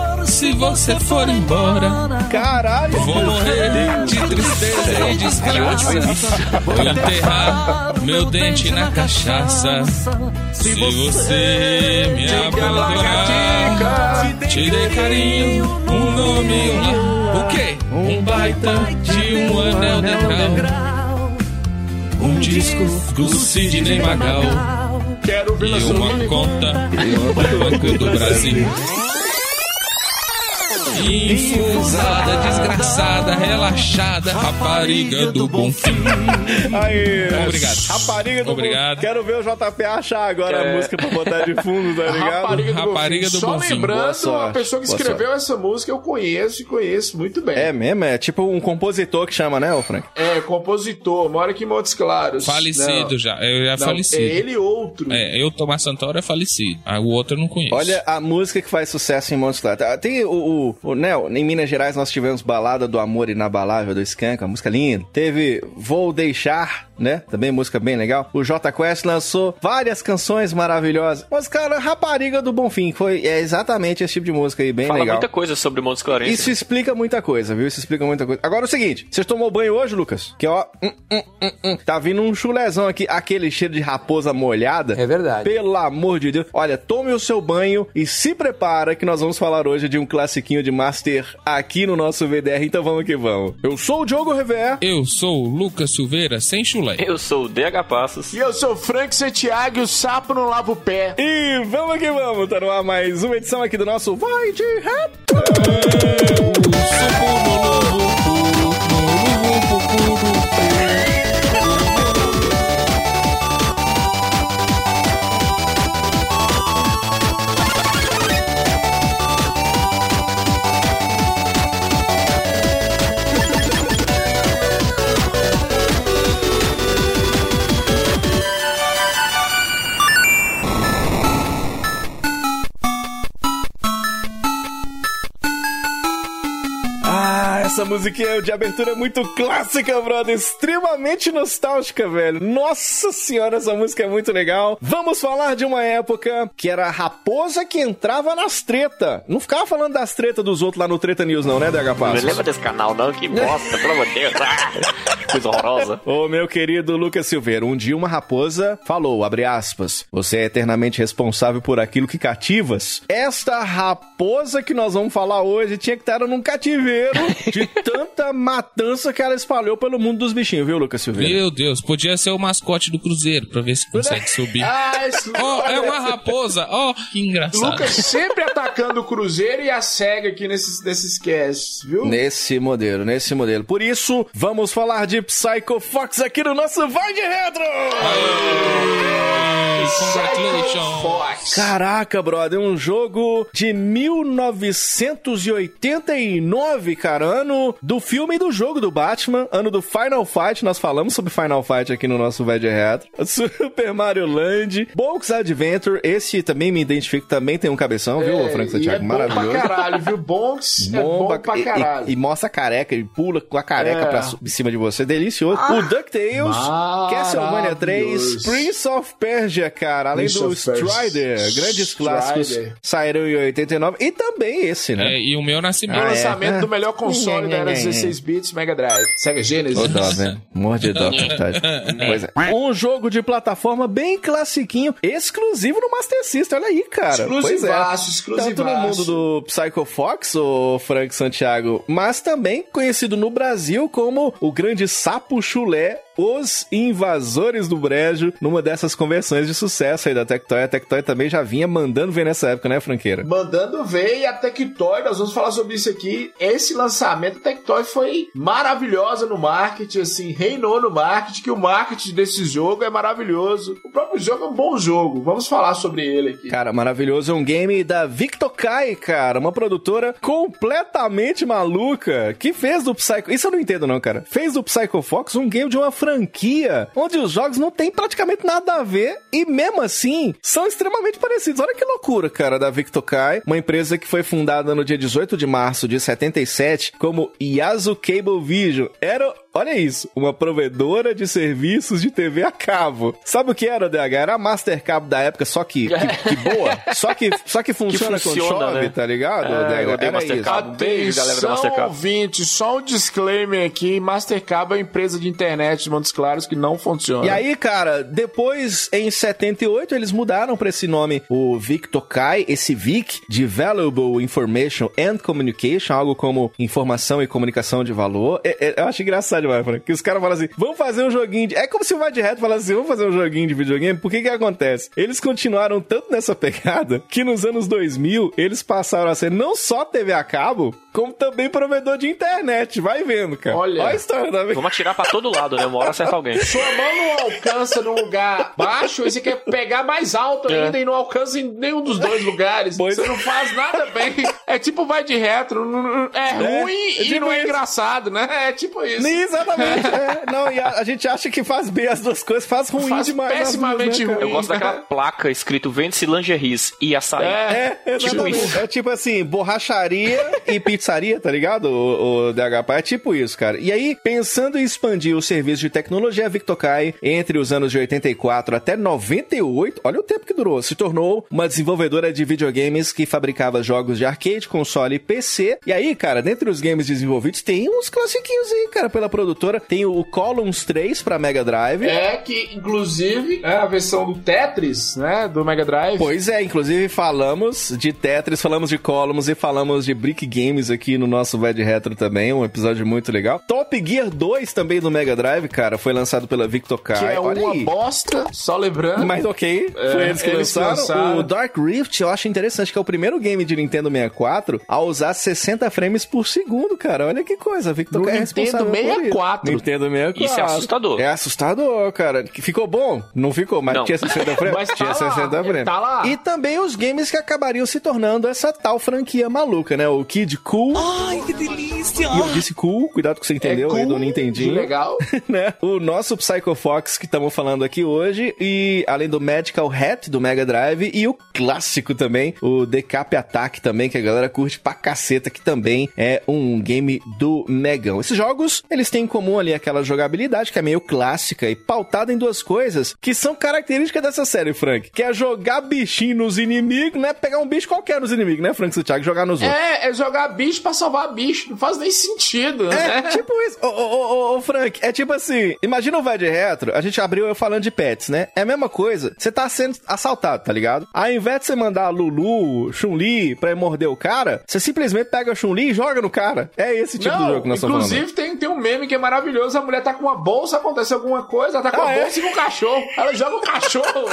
se você for embora, Caralho! vou morrer de tristeza e desgraça. Vou enterrar meu dente na cachaça. Se você me abandonar, te dei carinho, um nome e um lar. O quê? Um baita de um anel de grau, um disco do Sidney Magal Quero ver e uma conta no Banco do Brasil. Infusada, desgraçada, relaxada, rapariga do Bonfim. Aí, Obrigado. Rapariga do Obrigado. Bonfim. Quero ver o J P achar agora É. a música pra botar de fundo, tá ligado? Rapariga do Rapariga Bonfim. do Só Bonfim. lembrando, Boa sorte. a pessoa que Boa escreveu essa música eu conheço e conheço muito bem. É mesmo, é tipo um compositor que chama, né, ô Frank? É, compositor, mora aqui em Montes Claros. Falecido Não. já. Eu já Não, falecido. é ele e outro. É, eu, Tomás Santoro, é falecido. Ah, o outro eu não conheço. Olha a música que faz sucesso em Montes Claros. Ah, tem o, o, o né, em Minas Gerais nós tivemos Balada do Amor Inabalável do Skank, uma música linda. Teve Vou Deixar, né? Também música bem legal. O Jota Quest lançou várias canções maravilhosas. Mas, cara, Rapariga do Bonfim foi é exatamente esse tipo de música aí, bem Fala legal. muita coisa sobre Montes Clarense. Isso explica muita coisa, viu? Isso explica muita coisa. Agora é o seguinte, você tomou banho hoje, Lucas? Que ó, hum, hum, hum, hum, tá vindo um chulezão aqui, aquele cheiro de raposa molhada. É verdade. Pelo amor de Deus. Olha, tome o seu banho e se prepara que nós vamos falar hoje de um classiquinho de Master aqui no nosso V D R, então vamos que vamos. Eu sou o Diogo Rever. Eu sou o Lucas Silveira, sem chulé. Eu sou o D H Passos. E eu sou o Frank Santiago e o sapo não lava o pé. E vamos que vamos, tá no ar mais uma edição aqui do nosso Vai de Retro. Essa musiquinha de abertura é muito clássica, brother. Extremamente nostálgica, velho. Nossa senhora, essa música é muito legal. Vamos falar de uma época que era a raposa que entrava nas treta. Não ficava falando das tretas dos outros lá no Treta News, não, né, D H Não Passos? me lembra desse canal, não? Que bosta, pelo amor de Deus. Ah, coisa horrorosa. Ô, meu querido Lucas Silveira, um dia uma raposa falou, abre aspas, você é eternamente responsável por aquilo que cativas. Esta raposa que nós vamos falar hoje tinha que estar num cativeiro de tanta matança que ela espalhou pelo mundo dos bichinhos, viu, Lucas Silveira? Meu Deus, podia ser o mascote do Cruzeiro, pra ver se consegue subir. Ah, esse... Ó, é uma raposa, ó, que engraçado. Lucas sempre atacando o Cruzeiro e a SEGA aqui nesses, nesses casts, viu? Nesse modelo, nesse modelo. Por isso, vamos falar de Psycho Fox aqui no nosso Vai de Retro! Congratulations. Fox. Caraca, brother, um jogo de mil novecentos e oitenta e nove, cara, ano do filme e do jogo do Batman, ano do Final Fight, nós falamos sobre Final Fight aqui no nosso Vai de Retro. Super Mario Land, Bonk's Adventure, esse também me identifico, também tem um cabeção, viu, É, Frank e Santiago? é Maravilhoso. bom pra caralho, viu? Bonks é bom Bomba, pra e- caralho. E, e mostra a careca, ele pula com a careca É. pra su- em cima de você, delicioso. O DuckTales, Castlevania três, Maravilhoso. Prince of Persia, cara, além Prince do of Persia. Strider, grandes Strider. clássicos, saíram em oitenta e nove, e também esse, né? É, e o meu O nascimento. Ah, é. lançamento do melhor console da era Nhe, nhe, nhe. dezesseis bits, Mega Drive. Sega Genesis. Ô, dó, velho. Morro de dó, verdade. Pois é. Um jogo de plataforma bem classiquinho, exclusivo no Master System, olha aí, cara. Pois é. Exclusivaço, exclusivaço. Tanto no mundo do Psycho Fox, o Frank Santiago, mas também conhecido no Brasil como o grande sapo chulé, Os Invasores do Brejo, numa dessas conversões de sucesso aí da Tectoy. A Tectoy também já vinha mandando ver nessa época, né, Franqueira? Mandando ver, e a Tectoy, nós vamos falar sobre isso aqui. Esse lançamento, a Tectoy foi maravilhosa no marketing, assim, reinou no marketing, que o marketing desse jogo é maravilhoso. O próprio jogo é um bom jogo, vamos falar sobre ele aqui. Cara, maravilhoso. É um game da Victokai, cara. Uma produtora completamente maluca que fez do Psycho... Isso eu não entendo não, cara. Fez do Psycho Fox um game de uma franquia onde os jogos não tem praticamente nada a ver e mesmo assim são extremamente parecidos. Olha que loucura, cara, da Victokai. Uma empresa que foi fundada no dia dezoito de março de setenta e sete como Yasu Cable Vision. Era... Olha isso, uma provedora de serviços de T V a cabo. Sabe o que era, D H? Era a Mastercard da época, só que, que, que boa. Só que, só que funciona, Que funciona, quando chove, né? tá ligado, É, D H? eu odeio Era Mastercard. isso. Um beijo, galera da Atenção, Mastercard. ouvinte, só um disclaimer aqui, Mastercard é uma empresa de internet de Montes Claros que não funciona. E aí, cara, depois, em setenta e oito, eles mudaram pra esse nome, o Victokai, esse Vic, de Valuable Information and Communication, algo como informação e comunicação de valor. É, é, eu acho engraçadinho engraçado demais, Frank. Que os caras falam assim, vamos fazer um joguinho de... É como se o Vai de Reto falasse assim, vamos fazer um joguinho de videogame. Por que que acontece? Eles continuaram tanto nessa pegada que nos anos dois mil, eles passaram a ser não só T V a cabo, como também provedor de internet. Vai vendo, cara. Olha, Olha a história da... Vamos atirar pra todo lado, né? Uma hora acerta alguém. Sua mão não alcança num lugar baixo e você quer pegar mais alto ainda é. e não alcança em nenhum dos dois lugares. Pois você não faz nada bem. É tipo Vai de Retro. É ruim é, e não é isso. engraçado, né? É tipo isso. Exatamente. É. Não, e a, a gente acha que faz bem as duas coisas, faz ruim faz demais. Pessimamente duas, né, ruim. Eu gosto daquela placa escrito vende-se lingeries e açaí. É, é exatamente. Tipo é tipo assim, borracharia e pizzaria, tá ligado? O, o D H P é tipo isso, cara. E aí, pensando em expandir o serviço de tecnologia, a Victokai, entre os anos de oitenta e quatro até noventa e oito, olha o tempo que durou, se tornou uma desenvolvedora de videogames que fabricava jogos de arcade, console e P C. E aí, cara, dentre os games desenvolvidos, tem uns classiquinhos aí, cara, pela produtora. Tem o Columns três pra Mega Drive. É, que inclusive é a versão do Tetris, né, do Mega Drive. Pois é, inclusive falamos de Tetris, falamos de Columns e falamos de Brick Games aqui no nosso Vai de Retro também, um episódio muito legal. Top Gear dois também do Mega Drive, cara, foi lançado pela Victokai. Que é olha uma aí. bosta, só lembrando. Mas ok, é, foi eles que eles lançaram. lançaram. O Dark Rift, eu acho interessante, que é o primeiro game de Nintendo sessenta e quatro a usar sessenta frames por segundo, cara. Olha que coisa, a Victokai é responsável por isso. Nintendo sessenta e quatro. Nintendo sessenta e quatro. Isso é assustador. É assustador, cara. Ficou bom? Não ficou, mas não. Tinha sessenta frames? Mas tinha tá sessenta lá, frames. Tá lá. E também os games que acabariam se tornando essa tal franquia maluca, né? O Kid Cool. Ai, que delícia! E eu disse cool, cuidado que você entendeu, é cool, aí do Nintendinho. Legal. Né? O nosso Psycho Fox que estamos falando aqui hoje, e além do Magical Hat do Mega Drive, e o clássico também, o Decap Attack também, que a galera curte pra caceta, que também é um game do Megão. Esses jogos, eles têm em comum ali aquela jogabilidade que é meio clássica e pautada em duas coisas que são características dessa série, Frank, que é jogar bichinho nos inimigos, né? Pegar um bicho qualquer nos inimigos, né, Frank Santiago? Jogar nos outros. É, é jogar bicho pra salvar bicho. Não faz nem sentido, né? É, tipo isso. Ô, ô, ô, ô, Frank, é tipo assim, imagina o Vai de Retro, a gente abriu eu falando de pets, né? É a mesma coisa, você tá sendo assaltado, tá ligado? Ao invés de você mandar a Lulu, Chun-Li pra ir morder o cara, você simplesmente pega a Chun-Li e joga no cara. É esse tipo Não, de jogo que nós estamos falando. Inclusive, tem, tem um meme que é maravilhoso, a mulher tá com uma bolsa, acontece alguma coisa, ela tá com ah, a bolsa é? e com o cachorro. Ela joga o cachorro.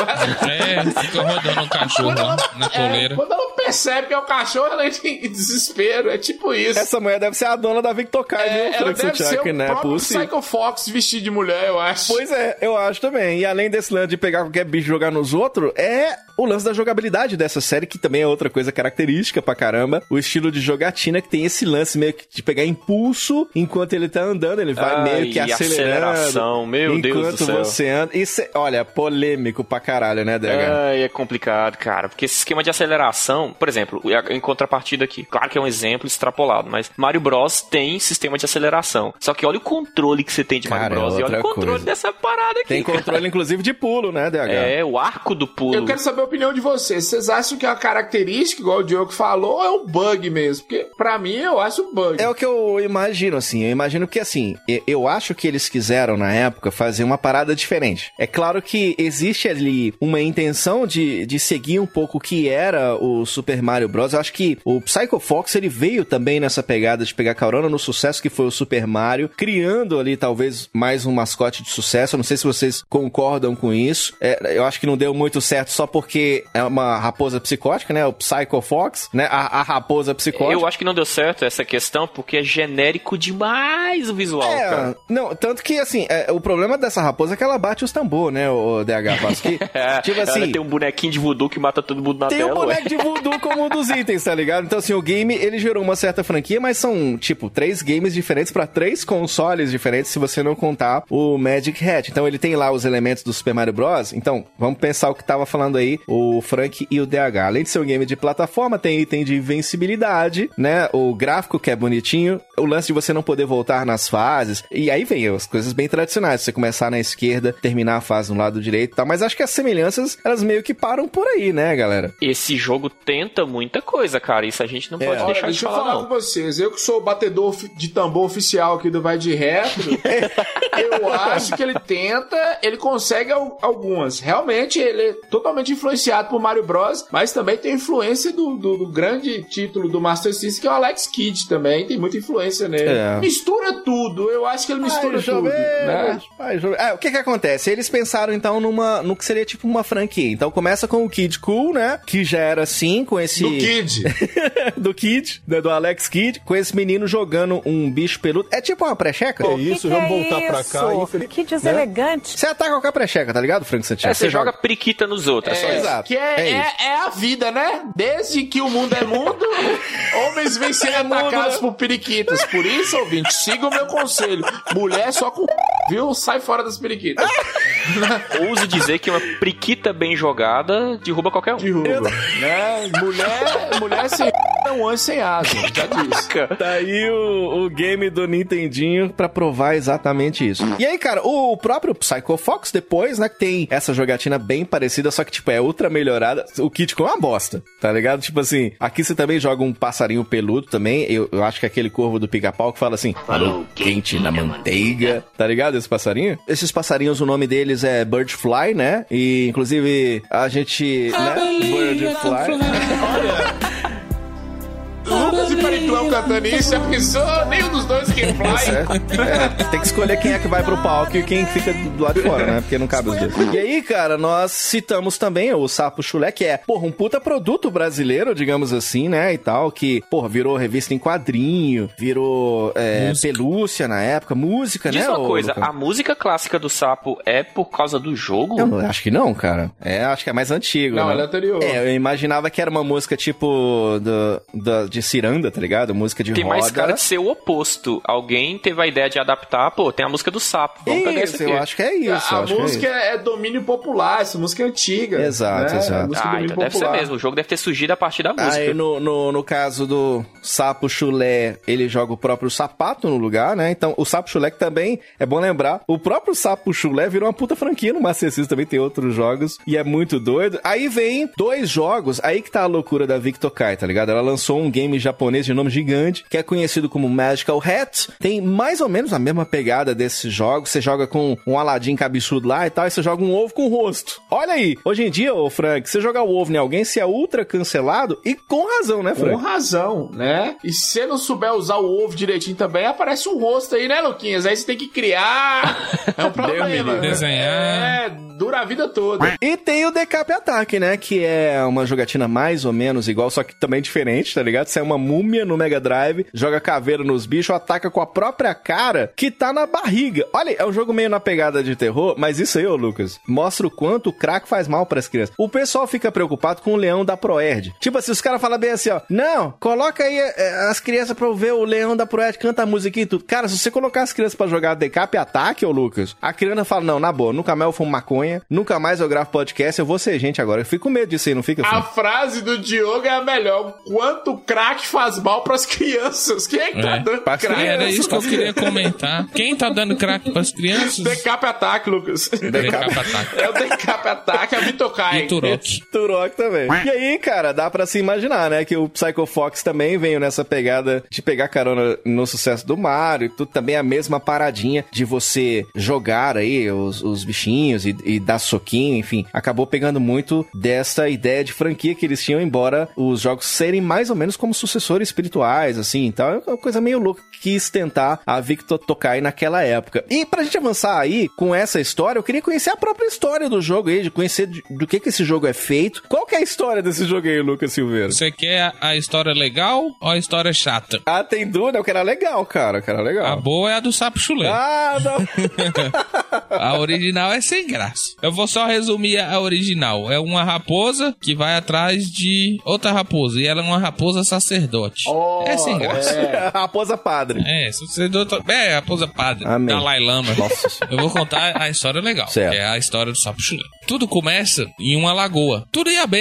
É, fica rodando o cachorro lá na coleira. É, quando ela percebe que é o cachorro, ela entra em desespero. É tipo isso. Essa mulher deve ser a dona da Victokai, é, viu? Ela deve ser o né? próprio Psycho Fox vestido de mulher, eu acho. Pois é, eu acho também. E além desse lance de pegar qualquer bicho e jogar nos outros, é o lance da jogabilidade dessa série, que também é outra coisa característica pra caramba. O estilo de jogatina, que tem esse lance meio que de pegar impulso enquanto ele tá andando, ele vai Ai, meio que acelerando. Aceleração, meu Deus do céu. Enquanto você anda. Isso é, olha, polêmico pra caralho, né, D H? Ai, é complicado, cara. Porque esse esquema de aceleração, por exemplo, em contrapartida aqui, claro que é um exemplo extrapolado, mas Mario Bros tem sistema de aceleração. Só que olha o controle que você tem de cara, Mario Bros é e olha o controle coisa. dessa parada aqui. Tem controle, cara. Inclusive, de pulo, né, D H? É, o arco do pulo. Eu quero saber a opinião de vocês. Vocês acham que é uma característica, igual o Diogo falou, ou é um bug mesmo? Porque, pra mim, eu acho bug. É o que eu imagino, assim. Eu imagino que, assim, eu acho que eles quiseram, na época, fazer uma parada diferente. É claro que existe ali uma intenção de, de seguir um pouco o que era o Super Mario Bros. Eu acho que o Psycho Fox, ele veio também nessa pegada de pegar carona no sucesso que foi o Super Mario, criando ali, talvez, mais um mascote de sucesso. Eu não sei se vocês concordam com isso. É, eu acho que não deu muito certo só porque é uma raposa psicótica, né? O Psycho Fox, né? A, a raposa psicótica. Eu acho que não deu certo essa questão porque é genérico demais o visual, é, cara. Não, tanto que, assim, é, o problema dessa raposa é que ela bate os tambor, né, o D H? Que, é, tipo assim... Ela tem um bonequinho de voodoo que mata todo mundo na tem tela. Tem um boneco ué. de voodoo como um dos itens, tá ligado? Então, assim, o game, ele gerou uma certa franquia, mas são, tipo, três games diferentes pra três consoles diferentes, se você não contar o Magic Hat. Então, ele tem lá os elementos do Super Mario Bros. Então, vamos pensar o que tava falando aí o Frank e o D H. Além de ser um game de plataforma, tem item de invencibilidade, né? O gráfico que é bonitinho, o lance de você não poder voltar nas fases. E aí vem as coisas bem tradicionais. Você começar na esquerda, terminar a fase no lado direito e tal. Mas acho que as semelhanças, elas meio que param por aí, né, galera? Esse jogo tenta tenta muita coisa, cara. Isso a gente não É. pode Olha, deixar de deixa eu falar, falar não. com vocês. Eu que sou o batedor de tambor oficial aqui do Vai de Retro, eu acho que ele tenta, ele consegue al- algumas. Realmente, ele é totalmente influenciado por Mario Bros, mas também tem influência do, do, do grande título do Master System, que é o Alex Kidd também. Tem muita influência nele. É. Mistura tudo. Eu acho que ele mistura Ai, tudo. jovens, Né? ai, jovens. Ah, o que que acontece? Eles pensaram, então, numa, no que seria tipo uma franquia. Então, começa com o Kid Cool, né? Que já era assim, com esse... Do Kid. do Kid, né, do Alex Kidd, com esse menino jogando um bicho peludo. É tipo uma precheca? É isso, que vamos que é voltar pra isso? cá. infeliz- Que deselegante. Você ataca qualquer precheca, tá ligado, Frank Santiago? É, você joga periquita nos outros. É, só É, isso. Exato. que é, É é, isso. é a vida, né? Desde que o mundo é mundo, homens vêm sendo atacados por periquitas. Por isso, ouvinte, siga o meu conselho. Mulher só com viu? Sai fora das periquitas. Ouso dizer que uma periquita bem jogada derruba qualquer um. Derruba, né? Mulher, mulher sem é um anjo sem asa, já disse. Tá aí o, o game do Nintendinho pra provar exatamente isso. E aí, cara, o próprio Psycho Fox depois, né, que tem essa jogatina bem parecida, só que, tipo, é ultra melhorada. O Kid Kool é uma bosta, tá ligado? Tipo assim, aqui você também joga um passarinho peludo também. Eu, eu acho que é aquele corvo do pica-pau que fala assim, falou quente na manteiga, tá ligado? Esse passarinho? Esses passarinhos, o nome deles é Birdfly, né? E, inclusive, a gente, né? Birdfly. Lucas e Periclão cantando isso, já pensou? Nenhum dos dois que fly. É, tem que escolher quem é que vai pro palco e quem fica do lado de fora, né? Porque não cabe os dois. E aí, cara, nós citamos também o Sapo Chulé, que é, porra, um puta produto brasileiro, digamos assim, né? E tal, que, porra, virou revista em quadrinho, virou é, pelúcia na época, música, Diz né? uma ô, coisa, Lucão? a música clássica do Sapo é por causa do jogo? Eu não- acho que não, cara. É, acho que é mais antigo, Não, né? ela é anterior. É, eu imaginava que era uma música tipo do, do- de ciranda, tá ligado? Música de Tem roda. mais cara de ser o oposto. Alguém teve a ideia de adaptar, pô, tem a música do Sapo. Vamos pegar Isso, essa aqui. eu acho que é isso. eu A acho que é música isso. é, é domínio popular, essa música é antiga. Exato, né? exato. A música é Ah, domínio então deve ser popular. mesmo. O jogo deve ter surgido a partir da música. Aí no, no, no caso do Sapo Chulé, ele joga o próprio sapato no lugar, né? Então o Sapo Chulé que também, é bom lembrar, o próprio Sapo Chulé virou uma puta franquia no Master System, também tem outros jogos, e é muito doido. Aí vem dois jogos, aí que tá a loucura da Vic Tokai, tá ligado? Ela lançou um game japonês de nome gigante, que é conhecido como Magical Hat, tem mais ou menos a mesma pegada desses jogos, você joga com um Aladdin cabeçudo lá e tal, e você joga um ovo com rosto. Olha aí, hoje em dia, ô Frank, você jogar o ovo em alguém, você é ultra cancelado, e com razão, né, Com Frank? razão, né? E se você não souber usar o ovo direitinho também, aparece um rosto aí, né, Luquinhas? Aí você tem que criar. É um problema. né? Desenhar. É, dura a vida toda. E tem o Decap Attack, né? Que é uma jogatina mais ou menos igual, só que também diferente, tá ligado? Você é uma múmia no Mega Drive, joga caveira nos bichos, ataca com a própria cara que tá na barriga. Olha, é um jogo meio na pegada de terror, mas isso aí, ô Lucas, mostra o quanto o crack faz mal pras crianças. O pessoal fica preocupado com o leão da Proerd. Tipo assim, os caras falam bem assim, ó, não, coloca aí é, as crianças pra eu ver o leão da Proerd, canta a música e tudo. Cara, se você colocar as crianças pra jogar Decap Attack, ô Lucas, a criança fala, não, na boa, nunca mais eu fumo maconha, nunca mais eu gravo podcast, eu vou ser gente agora. Eu fico com medo disso aí, não fica? A Filho? frase do Diogo é a melhor. Quanto crack faz mal pras crianças? Quem é que tá É, dando pras crack? Era isso que eu queria comentar. Quem tá dando crack pras crianças? Decap Attack, Lucas. Decap Attack. É o Decap Attack, a Vitokai. E Turok. Turok também. E aí, cara, dá pra se imaginar, né, que o Psycho Fox também veio nessa pegada de pegar carona no sucesso do Mario e tudo também a mesma paradinha de você jogar aí os, os bichinhos e, e dar soquinho, enfim, acabou pegando muito dessa ideia de franquia que eles tinham, embora os jogos serem mais ou menos como sucessores espirituais, assim, então é uma coisa meio louca que quis tentar a Victor Tokai naquela época. E pra gente avançar aí com essa história, eu queria conhecer a própria história do jogo aí, de conhecer de- do que que esse jogo é feito. Qual que é a história desse jogo aí, Lucas Silveira? Você quer a história legal ou a história chata? Ah, tem dúvida? Eu quero legal, cara, eu quero A legal. boa é a do Sapo Chulé. Ah, não. A original é sem graça. Eu vou só resumir a original. É uma raposa que vai atrás de outra raposa. E ela é uma raposa sacerdote. Oh, é sem graça. é. Raposa Padre. É, sacerdote. É, raposa padre. Amém. Dalai Lama. Nossa Senhora. Eu vou contar a história legal. Certo. Que é a história do Sapo Chulé. Tudo começa em uma lagoa. Tudo ia bem.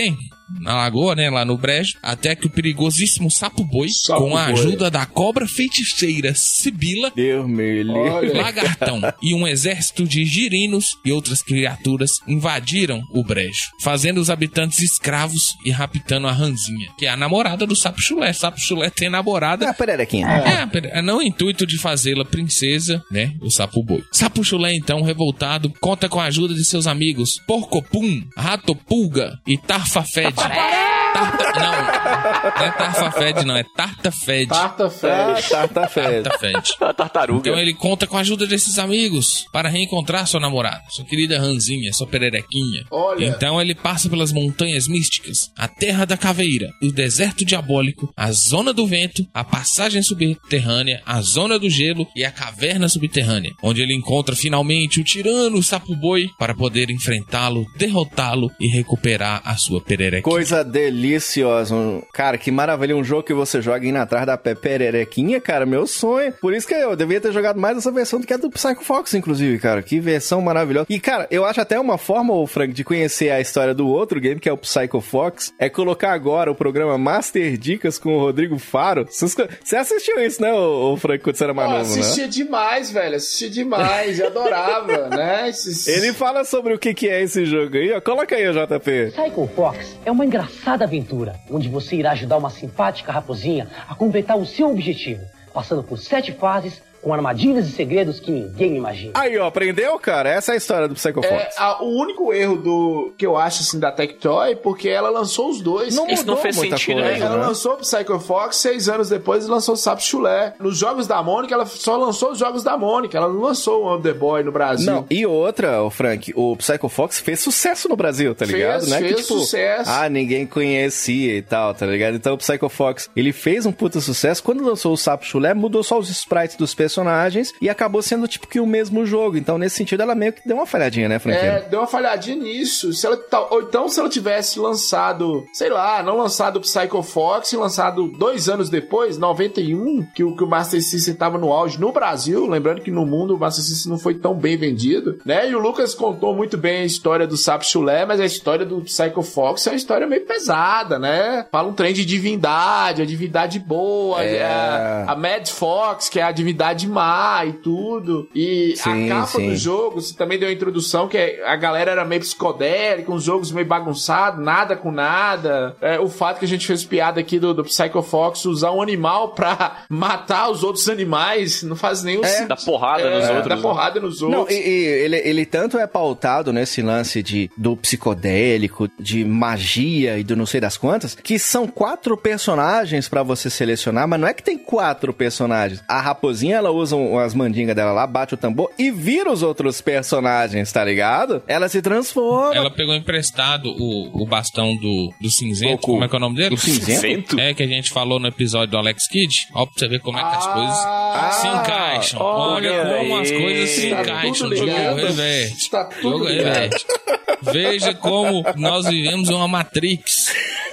na lagoa, né, lá no brejo, até que o perigosíssimo Sapo Boi, Sapo com a Boi. ajuda da cobra feiticeira Sibila, Deus me livre. Lagartão e um exército de girinos e outras criaturas invadiram o brejo, fazendo os habitantes escravos e raptando a Ranzinha, que é a namorada do Sapo Chulé. Sapo Chulé tem namorada. Ah, pererequinha. É, é não o intuito de fazê-la princesa, né? O Sapo Boi. Sapo Chulé, então, revoltado, conta com a ajuda de seus amigos Porcopum, Rato Pulga e Tarfafed. Tarta... Não, não é Tarfafed, não, é Tartafed. Tartafed. Tartafed. Tartafed. A tartaruga. Então ele conta com a ajuda desses amigos para reencontrar sua namorada, sua querida Ranzinha, sua pererequinha. Olha. Então ele passa pelas montanhas místicas, a Terra da Caveira, o Deserto Diabólico, a Zona do Vento, a Passagem Subterrânea, a Zona do Gelo e a Caverna Subterrânea, onde ele encontra finalmente o tirano Sapo Boi para poder enfrentá-lo, derrotá-lo e recuperar a sua pererequinha. Coisa deliciosa. Um- Cara, que maravilha. Um jogo que você joga indo atrás da pe- pererequinha, cara, meu sonho. Por isso que eu devia ter jogado mais essa versão do que a do Psycho Fox, inclusive, cara. Que versão maravilhosa. E, cara, eu acho até uma forma, ô Frank, de conhecer a história do outro game, que é o Psycho Fox, é colocar agora o programa Master Dicas com o Rodrigo Faro. Vocês- Você assistiu isso, né, ô, ô Frank, quando você era mais Pô, novo, né? assistia demais, velho. Assistia demais. Eu adorava, né? Esses... Ele fala sobre o que, que é esse jogo aí, ó. Coloca aí, J P. Psycho Fox é uma engraçada aventura, onde você irá ajudar uma simpática raposinha a completar o seu objetivo, passando por sete fases, com armadilhas e segredos que ninguém imagina. Aí, ó, aprendeu, cara? Essa é a história do Psycho Fox. É, a- o único erro do que eu acho assim da Tectoy, porque ela lançou os dois. Não Isso não mudou fez muita sentido, coisa, né? Ela né? lançou o Psycho Fox, seis anos depois e lançou o Sapo Chulé. Nos jogos da Mônica, ela só lançou os jogos da Mônica. Ela não lançou o Wonder Boy no Brasil. Não, e outra, o Frank, o Psycho Fox fez sucesso no Brasil, tá Fez, ligado? Não é fez que, tipo, sucesso. ah, ninguém conhecia e tal, tá ligado? Então o Psycho Fox, ele fez um puta sucesso. Quando lançou o Sapo Chulé, mudou só os sprites dos personagens e acabou sendo, tipo, que o mesmo jogo. Então, nesse sentido, ela meio que deu uma falhadinha, né, Frank? É, deu uma falhadinha nisso. Se ela, tá- ou então, se ela tivesse lançado, sei lá, não lançado o Psycho Fox, e lançado dois anos depois, noventa e um, que o, que o Master System tava no auge no Brasil, lembrando que no mundo o Master System não foi tão bem vendido, né? E o Lucas contou muito bem a história do Sapo Chulé, mas a história do Psycho Fox é uma história meio pesada, né? Fala um trem de divindade, a divindade boa, É. a, a Mad Fox, que é a divindade má e tudo. E Sim, a capa sim. do jogo, você também deu a introdução, que é- a galera era meio psicodélica, uns jogos meio bagunçados, nada com nada. É, o fato que a gente fez piada aqui do, do Psycho Fox usar um animal pra matar os outros animais não faz nenhum sentido. Dá porrada É, nos outros. Dá né? porrada nos Não, outros. e, e ele, ele tanto é pautado nesse lance de, do psicodélico, de magia e do não sei das quantas, que são quatro personagens pra você selecionar, mas não é que tem quatro personagens. A raposinha, ela usa um- as mandingas dela lá, bate o tambor e vira os outros personagens, tá ligado? Ela se transforma. Ela pegou emprestado o, o bastão do, do cinzento. Goku. Como é que é o nome dele? Do cinzento? Cinzento? É, que a gente falou no episódio do Alex Kidd. Ó, pra você ver como é que as Ah, coisas se encaixam. Olha, olha como as aí. coisas se Tá encaixam. tudo O jogo ligado. reverte. Tá tudo Jogo ligado. reverte. Veja como nós vivemos uma Matrix.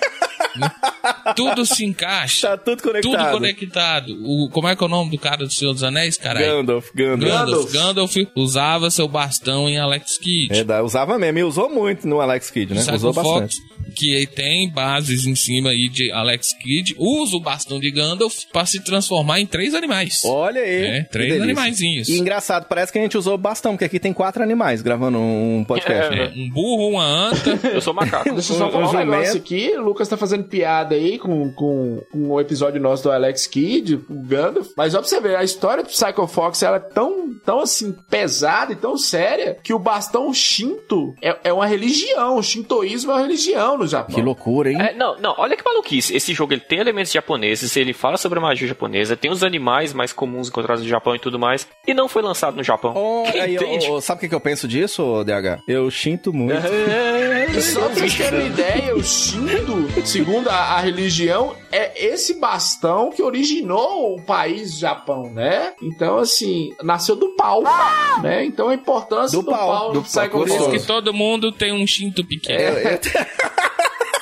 Tudo se encaixa. Tá tudo conectado. Tudo conectado. O, como é que é o nome do cara do Senhor dos Anéis, caralho? Gandalf, Gandalf. Gandalf. Gandalf usava seu bastão em Alex Kidd. É, da- usava mesmo, e usou muito no Alex Kidd, né? Psycho Usou Fox, bastante. que aí tem bases em cima aí de Alex Kidd, usa o bastão de Gandalf pra se transformar em três animais. Olha aí. É, que três delícia. animaizinhos. E engraçado, parece que a gente usou bastão, porque aqui tem quatro animais gravando um podcast. É, um burro, uma anta. Eu sou macaco. Deixa eu só Um- falar um um negócio jumento. aqui. O Lucas tá fazendo piada aí com, com, com o episódio nosso do Alex Kidd, o Gandalf. Mas ó pra você ver, a história do Psycho Fox ela é tão, tão assim, pesada e tão séria que o bastão Shinto é, é uma religião. O shintoísmo é uma religião no Japão. Que loucura, hein? É, não, não, olha que maluquice. Esse jogo ele tem elementos japoneses, ele fala sobre a magia japonesa, tem os animais mais comuns encontrados no Japão e tudo mais, e não foi lançado no Japão. Oh, aí, Entende? oh, oh, sabe o que, que eu penso disso, ô, D H? Eu sinto muito. E só pra vocês terem uma ideia, o Shinto, segundo a, a religião, é esse bastão que originou o país Japão, né? Então, assim, nasceu do pau, né? Então a importância Do do, pau, pau do no Psycho pau, Por isso Fox. que todo mundo tem um Shinto pequeno. É,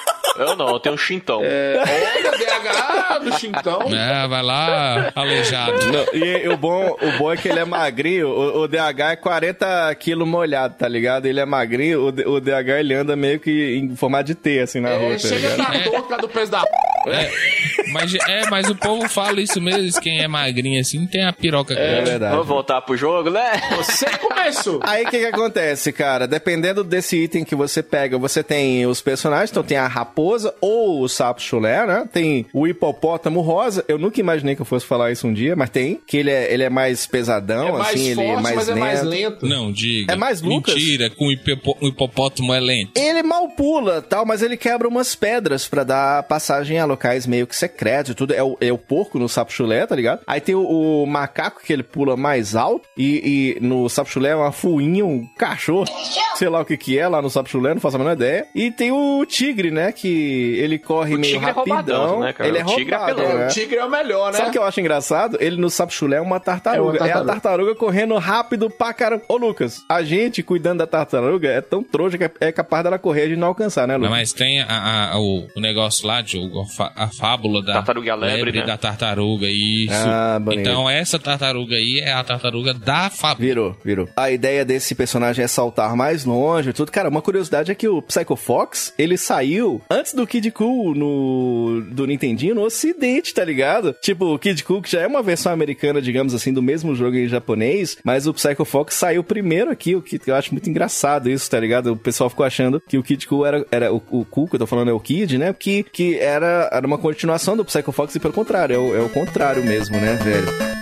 eu não, eu tenho um Shintão. É, olha, D H do Shintão. É, vai lá, aleijado. Não, e o bom, o bom é que ele é magrinho, o, o D H é quarenta quilos molhado, tá ligado? Ele é magrinho, o, o D H ele anda meio que em formato de T, assim, na É, rua, tá chega ligado? na dor por causa do peso da... É, mas, é, mas o povo fala isso mesmo, quem é magrinho assim tem a piroca É grande. verdade. Vamos voltar pro jogo, né? Você começou. Aí o que que acontece, cara? Dependendo desse item que você pega, você tem os personagens, então tem a raposa ou o sapo chulé, né? Tem o hipopótamo rosa, eu nunca imaginei que eu fosse falar isso um dia, mas tem, que ele é, ele é mais pesadão, É mais assim, forte, ele é mais mas é mais lento. lento. Não, diga. É mais Lucas? Mentira, com o hipopo- o hipopótamo é lento. Ele mal pula, tal, mas ele quebra umas pedras pra dar passagem a locais meio que secretos e tudo. É o, é o porco no sapo chulé, tá ligado? Aí tem o, o macaco que ele pula mais alto e, e no sapo chulé é uma fuinha, um cachorro, sei lá o que que é lá no sapo chulé, não faço a menor ideia. E tem o tigre, né, que ele corre O meio tigre é rapidão. roubadão, né, cara? Ele é O tigre é roubado, apelão. né? O tigre é o melhor, né? Sabe o que eu acho engraçado? Ele no sapo chulé é uma tartaruga. É uma tartaruga. É a tartaruga correndo rápido pra caramba. Ô, Lucas, a gente cuidando da tartaruga é tão trouxa que é capaz dela correr e a gente não alcançar, né, Não, Lucas? mas tem a, a- o, o negócio lá, Diogo, a, fa- a fábula da Tartaruga e a lebre, né? da tartaruga, isso. Ah, bonito. Então essa tartaruga aí é a tartaruga da fábula. Virou, virou. A ideia desse personagem é saltar mais longe e tudo. Cara, uma curiosidade é que o Psycho Fox, ele saiu antes do Kid Cool no, do Nintendinho no ocidente, tá ligado? Tipo, o Kid Cool, que já é uma versão americana, digamos assim, do mesmo jogo em japonês, mas o Psycho Fox saiu primeiro aqui, o que eu acho muito engraçado isso, tá ligado? O pessoal ficou achando que o Kid Cool era, era o, o Cool, que eu tô falando é o Kid, né? Que, que era, era uma continuação do Psycho Fox e pelo contrário, é o, é o contrário mesmo, né, velho?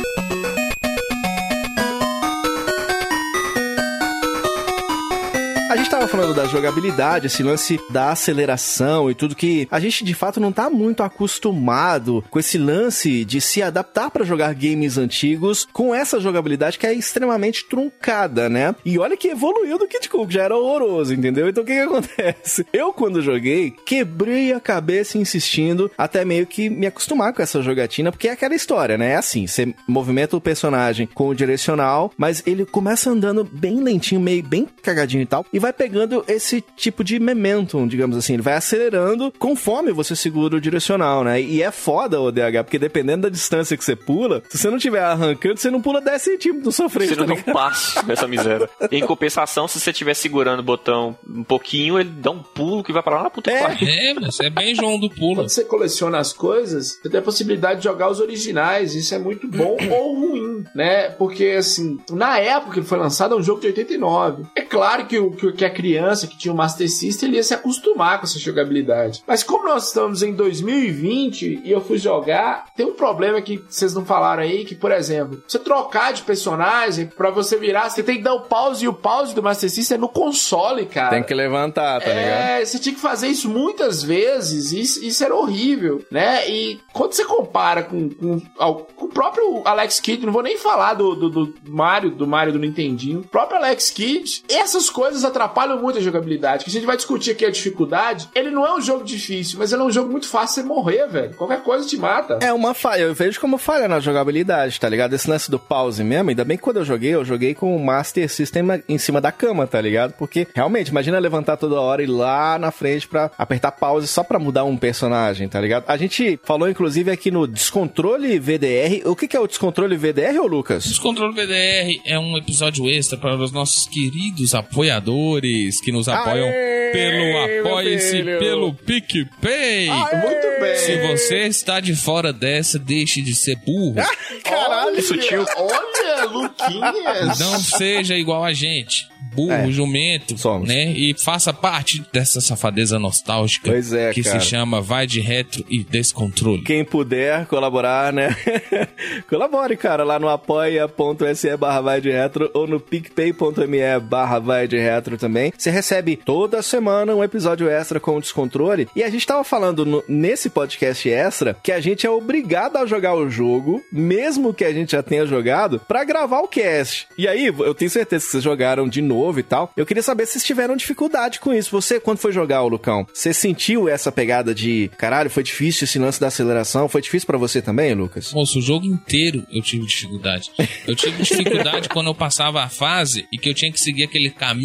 A gente tava falando da jogabilidade, esse lance da aceleração e tudo, que a gente de fato não tá muito acostumado com esse lance de se adaptar pra jogar games antigos com essa jogabilidade que é extremamente truncada, né? E olha que evoluiu do Kid Cool, que já era horroroso, entendeu? Então o que que acontece? Eu, quando joguei, quebrei a cabeça insistindo até meio que me acostumar com essa jogatina, porque é aquela história, né? É assim, você movimenta o personagem com o direcional, mas ele começa andando bem lentinho, meio bem cagadinho e tal, e vai pegando esse tipo de momentum, digamos assim. Ele vai acelerando conforme você segura o direcional, né? E é foda o D H, porque dependendo da distância que você pula, se você não estiver arrancando, você não pula dez centímetros na sua frente. Você não tá dá um passo nessa miséria. Em compensação, se você estiver segurando o botão um pouquinho, ele dá um pulo que vai pra lá na puta que É. pariu. É, mas é bem João do Pulo. Quando você coleciona as coisas, você tem a possibilidade de jogar os originais. Isso é muito bom ou ruim, né? Porque, assim, na época que ele foi lançado, é um jogo de oitenta e nove. É claro que, o, que, que a criança que tinha o Master System, ele ia se acostumar com essa jogabilidade. Mas como nós estamos em dois mil e vinte e eu fui jogar, tem um problema que vocês não falaram aí, que, por exemplo, você trocar de personagem, pra você virar, você tem que dar o pause, e o pause do Master System é no console, cara. Tem que levantar, tá ligado? É, você tinha que fazer isso muitas vezes, e isso, isso era horrível, né? E quando você compara com, com, ao- com o próprio Alex Kidd, não vou nem falar do, do, do Mario, do Mario do Nintendinho, o próprio Alex Kidd, essas coisas atrapalham muito a jogabilidade. Que a gente vai discutir aqui a dificuldade, ele não é um jogo difícil, mas ele é um jogo muito fácil de você morrer, velho. Qualquer coisa te mata. É uma falha, eu vejo como falha na jogabilidade, tá ligado? Esse lance do pause mesmo, ainda bem que quando eu joguei, eu joguei com o Master System em cima da cama, tá ligado? Porque, realmente, imagina levantar toda hora e ir lá na frente pra apertar pause só pra mudar um personagem, tá ligado? A gente falou, inclusive, aqui no Descontrole V D R. O que que é o Descontrole V D R, ô Lucas? Descontrole V D R é um episódio extra para os nossos queridos apoiadores que nos apoiam Aê, pelo meu Apoie-se filho. pelo PicPay. Muito bem. Se você está de fora dessa, deixe de ser burro. Caralho, Que sutil. Olha, Luquinhas. Não seja igual a gente. Burro, É, jumento, somos. né? E faça parte dessa safadeza nostálgica Pois é, que cara. se chama Vai de Retro e Descontrole. Quem puder colaborar, né? Colabore, cara, lá no apoia.se barra vai de retro ou no picpay.me barra vai de retro também. Você recebe toda semana um episódio extra com o Descontrole. E a gente tava falando no- nesse podcast extra que a gente é obrigado a jogar o jogo, mesmo que a gente já tenha jogado, pra gravar o cast. E aí, eu tenho certeza que vocês jogaram de novo e tal. Eu queria saber se vocês tiveram dificuldade com isso. Você, quando foi jogar, o Lucão, você sentiu essa pegada de, caralho, foi difícil esse lance da aceleração? Foi difícil pra você também, Lucas? Moço, o jogo inteiro eu tive dificuldade. Eu tive dificuldade quando eu passava a fase e que eu tinha que seguir aquele caminho pra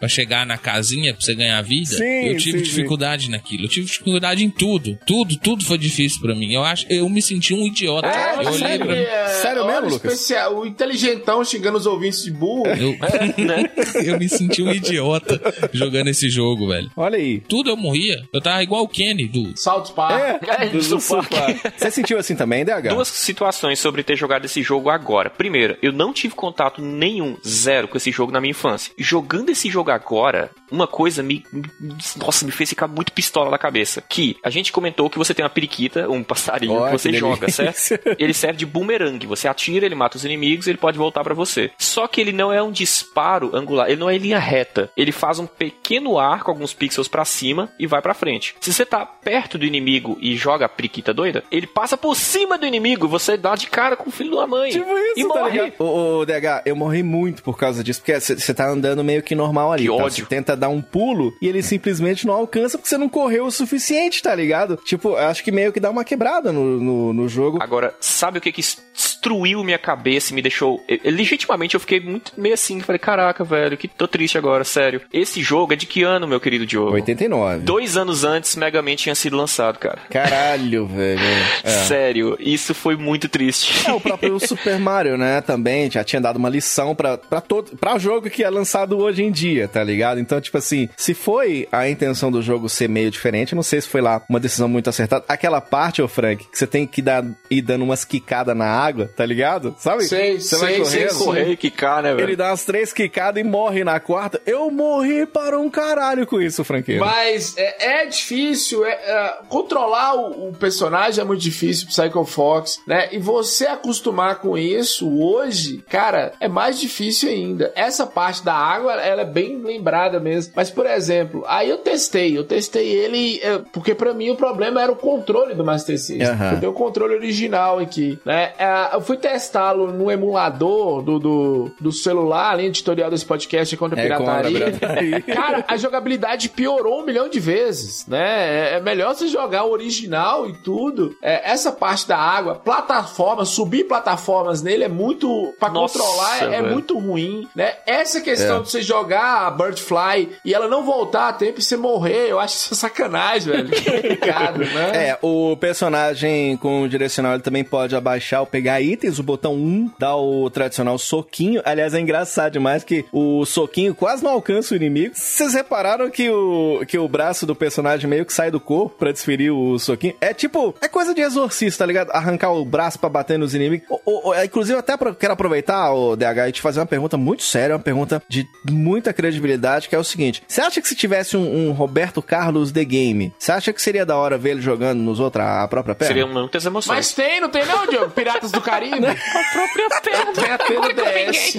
pra chegar na casinha, pra você ganhar vida, Sim, eu tive sim, dificuldade sim. naquilo. Eu tive dificuldade em tudo. Tudo, tudo foi difícil pra mim. Eu acho, eu me senti um idiota. É, eu olhei pra mim. é, Sério mesmo, Lucas? Especial, o inteligentão xingando os ouvintes de burro. Eu, né? eu me senti um idiota jogando esse jogo, velho. Olha aí. Tudo eu morria. Eu tava igual o Kenny do... South Park. É, do, do South Park. Park. Você sentiu assim também, D H? Duas situações sobre ter jogado esse jogo agora. Primeira, eu não tive contato nenhum, zero, com esse jogo na minha infância. Jogando esse jogo agora, uma coisa me... Nossa, me fez ficar muito pistola na cabeça. Que a gente comentou que você tem uma periquita, um passarinho, Oh, que você que joga, delícia. certo? Ele serve de boomerang. Você atira, ele mata os inimigos, ele pode voltar pra você. Só que ele não é um disparo angular, ele não é em linha reta. Ele faz um pequeno arco, alguns pixels pra cima e vai pra frente. Se você tá perto do inimigo e joga a periquita doida, ele passa por cima do inimigo, você dá de cara com o filho da mãe. Tipo isso, e tá morre. ligado? Ô, ô, D H, eu morri muito por causa disso, porque você tá andando meio que normal ali. Que tá? ódio. Você tenta dar um pulo e ele simplesmente não alcança porque você não correu o suficiente, tá ligado? Tipo, eu acho que meio que dá uma quebrada no, no, no jogo. Agora, sabe o que que destruiu minha cabeça e me deixou... eu- eu- legitimamente eu fiquei muito meio assim, falei, caraca, velho, que tô triste agora, sério. Esse jogo é de que ano, meu querido Diogo? oitenta e nove. Dois anos antes, Mega Man tinha sido lançado, cara. Caralho, velho. É. Sério, isso foi muito triste. É, o próprio Super Mario, né, também já tinha dado uma lição pra, pra todo, pra jogo que é lançado hoje em dia, tá ligado? Então, tipo assim, se foi a intenção do jogo ser meio diferente, eu não sei se foi lá uma decisão muito acertada. Aquela parte, ô Frank, que você tem que dar, ir dando umas quicadas na água, tá ligado? Sabe? Sei, você sei, vai sei, correndo, Correr e quicar, né, velho? ele dá umas três quicadas e morre na quarta. Eu morri para um caralho com isso, Franqueiro. Mas é, é difícil, é, é, controlar o, o personagem é muito difícil pro Psycho Fox, né? E você acostumar com isso hoje, cara, é mais difícil ainda. Essa parte da água, ela é bem lembrada mesmo. Mas, por exemplo, aí eu testei, eu testei ele, é, porque pra mim o problema era o controle do Master System. Uhum. Eu tenho o controle original aqui, né? É, eu fui testá-lo no emulador do, do, do celular, além do tutorial desse podcast é contra a É, contra a pirataria. pirataria. Cara, a jogabilidade piorou um milhão de vezes, né? É melhor você jogar o original e tudo. É, essa parte da água, plataforma, subir plataformas nele é muito... Pra Nossa, controlar é, é velho. muito ruim, né? Essa questão É. de você jogar a Birdfly e ela não voltar a tempo e você morrer, eu acho isso sacanagem, velho. Que complicado, né? É, o personagem com o direcional ele também pode abaixar ou pegar itens, o botão um dá o tradicional soquinho. Aliás, é engraçado demais que o soquinho quase não alcança o inimigo. Vocês repararam que o, que o braço do personagem meio que sai do corpo pra desferir o soquinho? É tipo, é coisa de exorcista, tá ligado? Arrancar o braço pra bater nos inimigos. O, o, o, inclusive, eu até pro- quero aproveitar, o D H, e te fazer uma pergunta muito séria, uma pergunta de muita credibilidade, que é o seguinte: você acha que se tivesse um, um Roberto Carlos The Game, você acha que seria da hora ver ele jogando nos outros a própria perna? Seriam muitas emoções. Mas tem, não tem não, Diogo? Piratas do Caribe? A própria perna. Tem até no D S.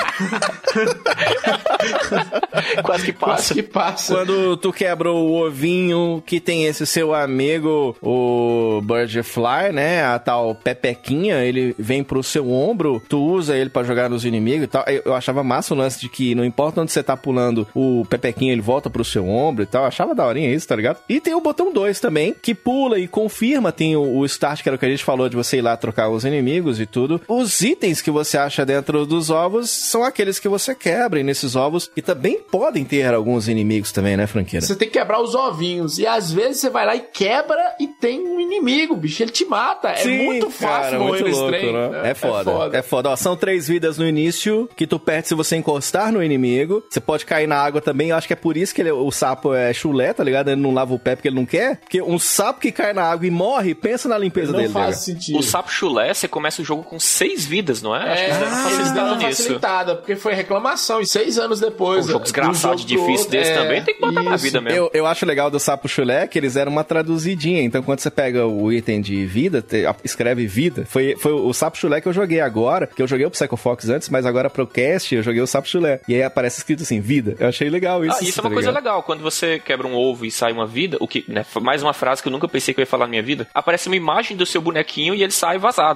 Quase que Quase passa. que passa. Quando tu quebra o ovinho que tem esse seu amigo, o Birdfly, né? A tal pepequinha, ele vem pro seu ombro, tu usa ele pra jogar nos inimigos e tal. Eu, eu achava massa o lance de que não importa onde você tá pulando, o pepequinha ele volta pro seu ombro e tal. Eu achava daorinha isso, tá ligado? E tem o botão dois também, que pula e confirma. Tem o, o start, que era o que a gente falou, de você ir lá trocar os inimigos e tudo. Os itens que você acha dentro dos ovos são aqueles que você quebra. E nesses ovos, e também podem ter alguns inimigos também, né, Franqueira? Você tem que quebrar os ovinhos. E às vezes você vai lá e quebra e tem um inimigo, bicho. Ele te mata. Sim, é muito fácil cara, morrer muito nesse louco, trem. né? É foda. É foda. Ó, são três vidas no início que tu perde se você encostar no inimigo. Você pode cair na água também. Eu acho que é por isso que ele, o sapo é chulé, tá ligado? Ele não lava o pé porque ele não quer. Porque um sapo que cai na água e morre, pensa na limpeza Não dele. faz Diego. sentido. O sapo chulé, você começa o jogo com seis vidas, não é? Acho É, que eles deram eles facilitado deram uma nisso. facilitada, porque foi reclamação. E seis anos depois... Um jogo desgraçado de de difícil desse também tem que botar na vida mesmo. Eu, eu acho legal do sapo chulé que eles eram uma traduzidinha. Então, quando você pega o item de vida, te, escreve vida. Foi, foi o sapo chulé que eu joguei agora, que eu joguei o Psycho Fox antes, mas agora pro cast eu joguei o sapo chulé. E aí aparece escrito assim, vida. Eu achei legal isso. Ah, isso é tá uma coisa ligado? legal. Quando você quebra um ovo e sai uma vida, o que, né, mais uma frase que eu nunca pensei que eu ia falar na minha vida, aparece uma imagem do seu bonequinho e ele sai vazado. Se você não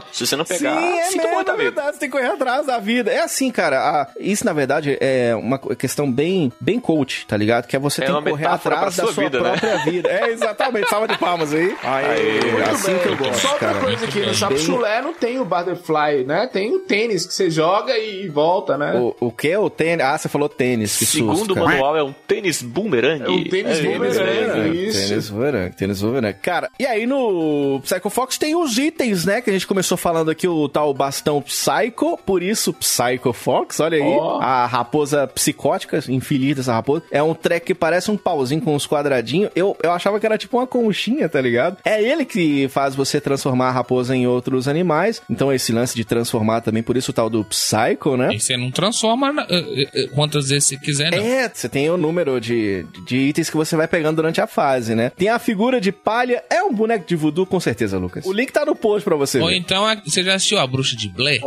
não pegar. Sim, é Sinto mesmo, muito, é amigo. verdade, você tem que correr atrás da vida. É assim, cara, a, isso na verdade é uma questão bem, bem coach, tá ligado? Que é você É tem uma que correr metáfora atrás pra da sua sua vida, né? própria vida. É, exatamente, salva de palmas aí. Aê, Muito assim bem. que eu gosto, Só outra cara. coisa aqui, no É Sapo bem- Chulé não tem o Butterfly, né? Tem o tênis que você joga e volta, né? O, o que? O tênis? Ah, você falou tênis, que Segundo susto, o cara. manual, é um tênis boomerang. É um tênis É, boomerang. Isso. Tênis boomerang, tênis boomerang. Cara, e aí no Psycho Fox tem os itens, né? Que a gente começou falando aqui, o tal bastão Psycho, por isso Psycho Fox, olha aí. Ó. A raposa psicótica, infeliz dessa raposa. É um treco que parece um pauzinho com uns quadradinhos. Eu, eu achava que era tipo uma conchinha, tá ligado? É ele que faz você transformar a raposa em outros animais. Então esse lance de transformar também, por isso o tal do Psycho, né? E você não transforma na- eh, eh, quantas vezes você quiser, não. É, você tem o número de, de itens que você vai pegando durante a fase, né? Tem a figura de palha, é um boneco de voodoo, com certeza, Lucas. O link tá no post pra você Ou ver. então, a- você já assistiu a Bruxa de Blair?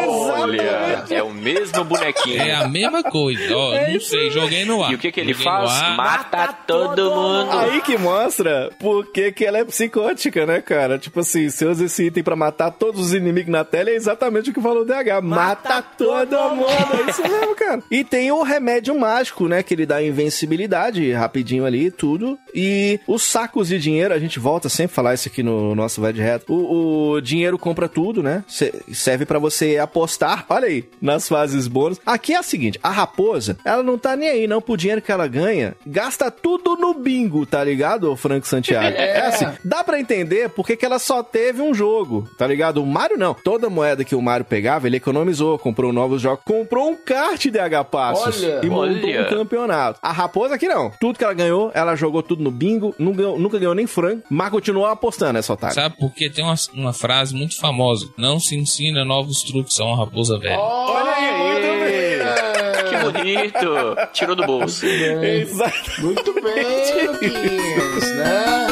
Olha, é o mesmo bonequinho. É a mesma coisa. Ó, não sei, joguei no ar. E o que que ele Joguei no faz? ar. Mata todo mundo. Aí que mostra por que que ela é psicótica, né, cara? Tipo assim, você usa esse item pra matar todos os inimigos na tela, é exatamente o que falou o D H. Mata, todo mundo. É isso mesmo, cara. E tem o remédio mágico, né, que ele dá invencibilidade rapidinho ali e tudo. E os sacos de dinheiro, a gente volta sempre a falar isso aqui no nosso Vai de Reto. O, o dinheiro compra tudo, né? Se- serve pra você apostar, olha aí, nas fases bônus. Aqui é a seguinte, a raposa, ela não tá nem aí não pro dinheiro que ela ganha, gasta tudo no bingo, tá ligado, ô Franco Santiago? É assim, dá pra entender porque que ela só teve um jogo, tá ligado? O Mario não. Toda moeda que o Mario pegava, ele economizou, comprou novos jogos, comprou um kart D H Passos Olha, e montou olha. um campeonato. A raposa aqui não. Tudo que ela ganhou, ela jogou tudo no bingo, nunca ganhou, nunca ganhou nem frango, mas continuou apostando essa otária. Sabe por quê? Tem uma, uma frase muito famosa. Não se ensina novos truques a uma raposa velha. Olha aí! Que bonito. Tirou do bolso. Exato. Muito bem, Luquinhas, né?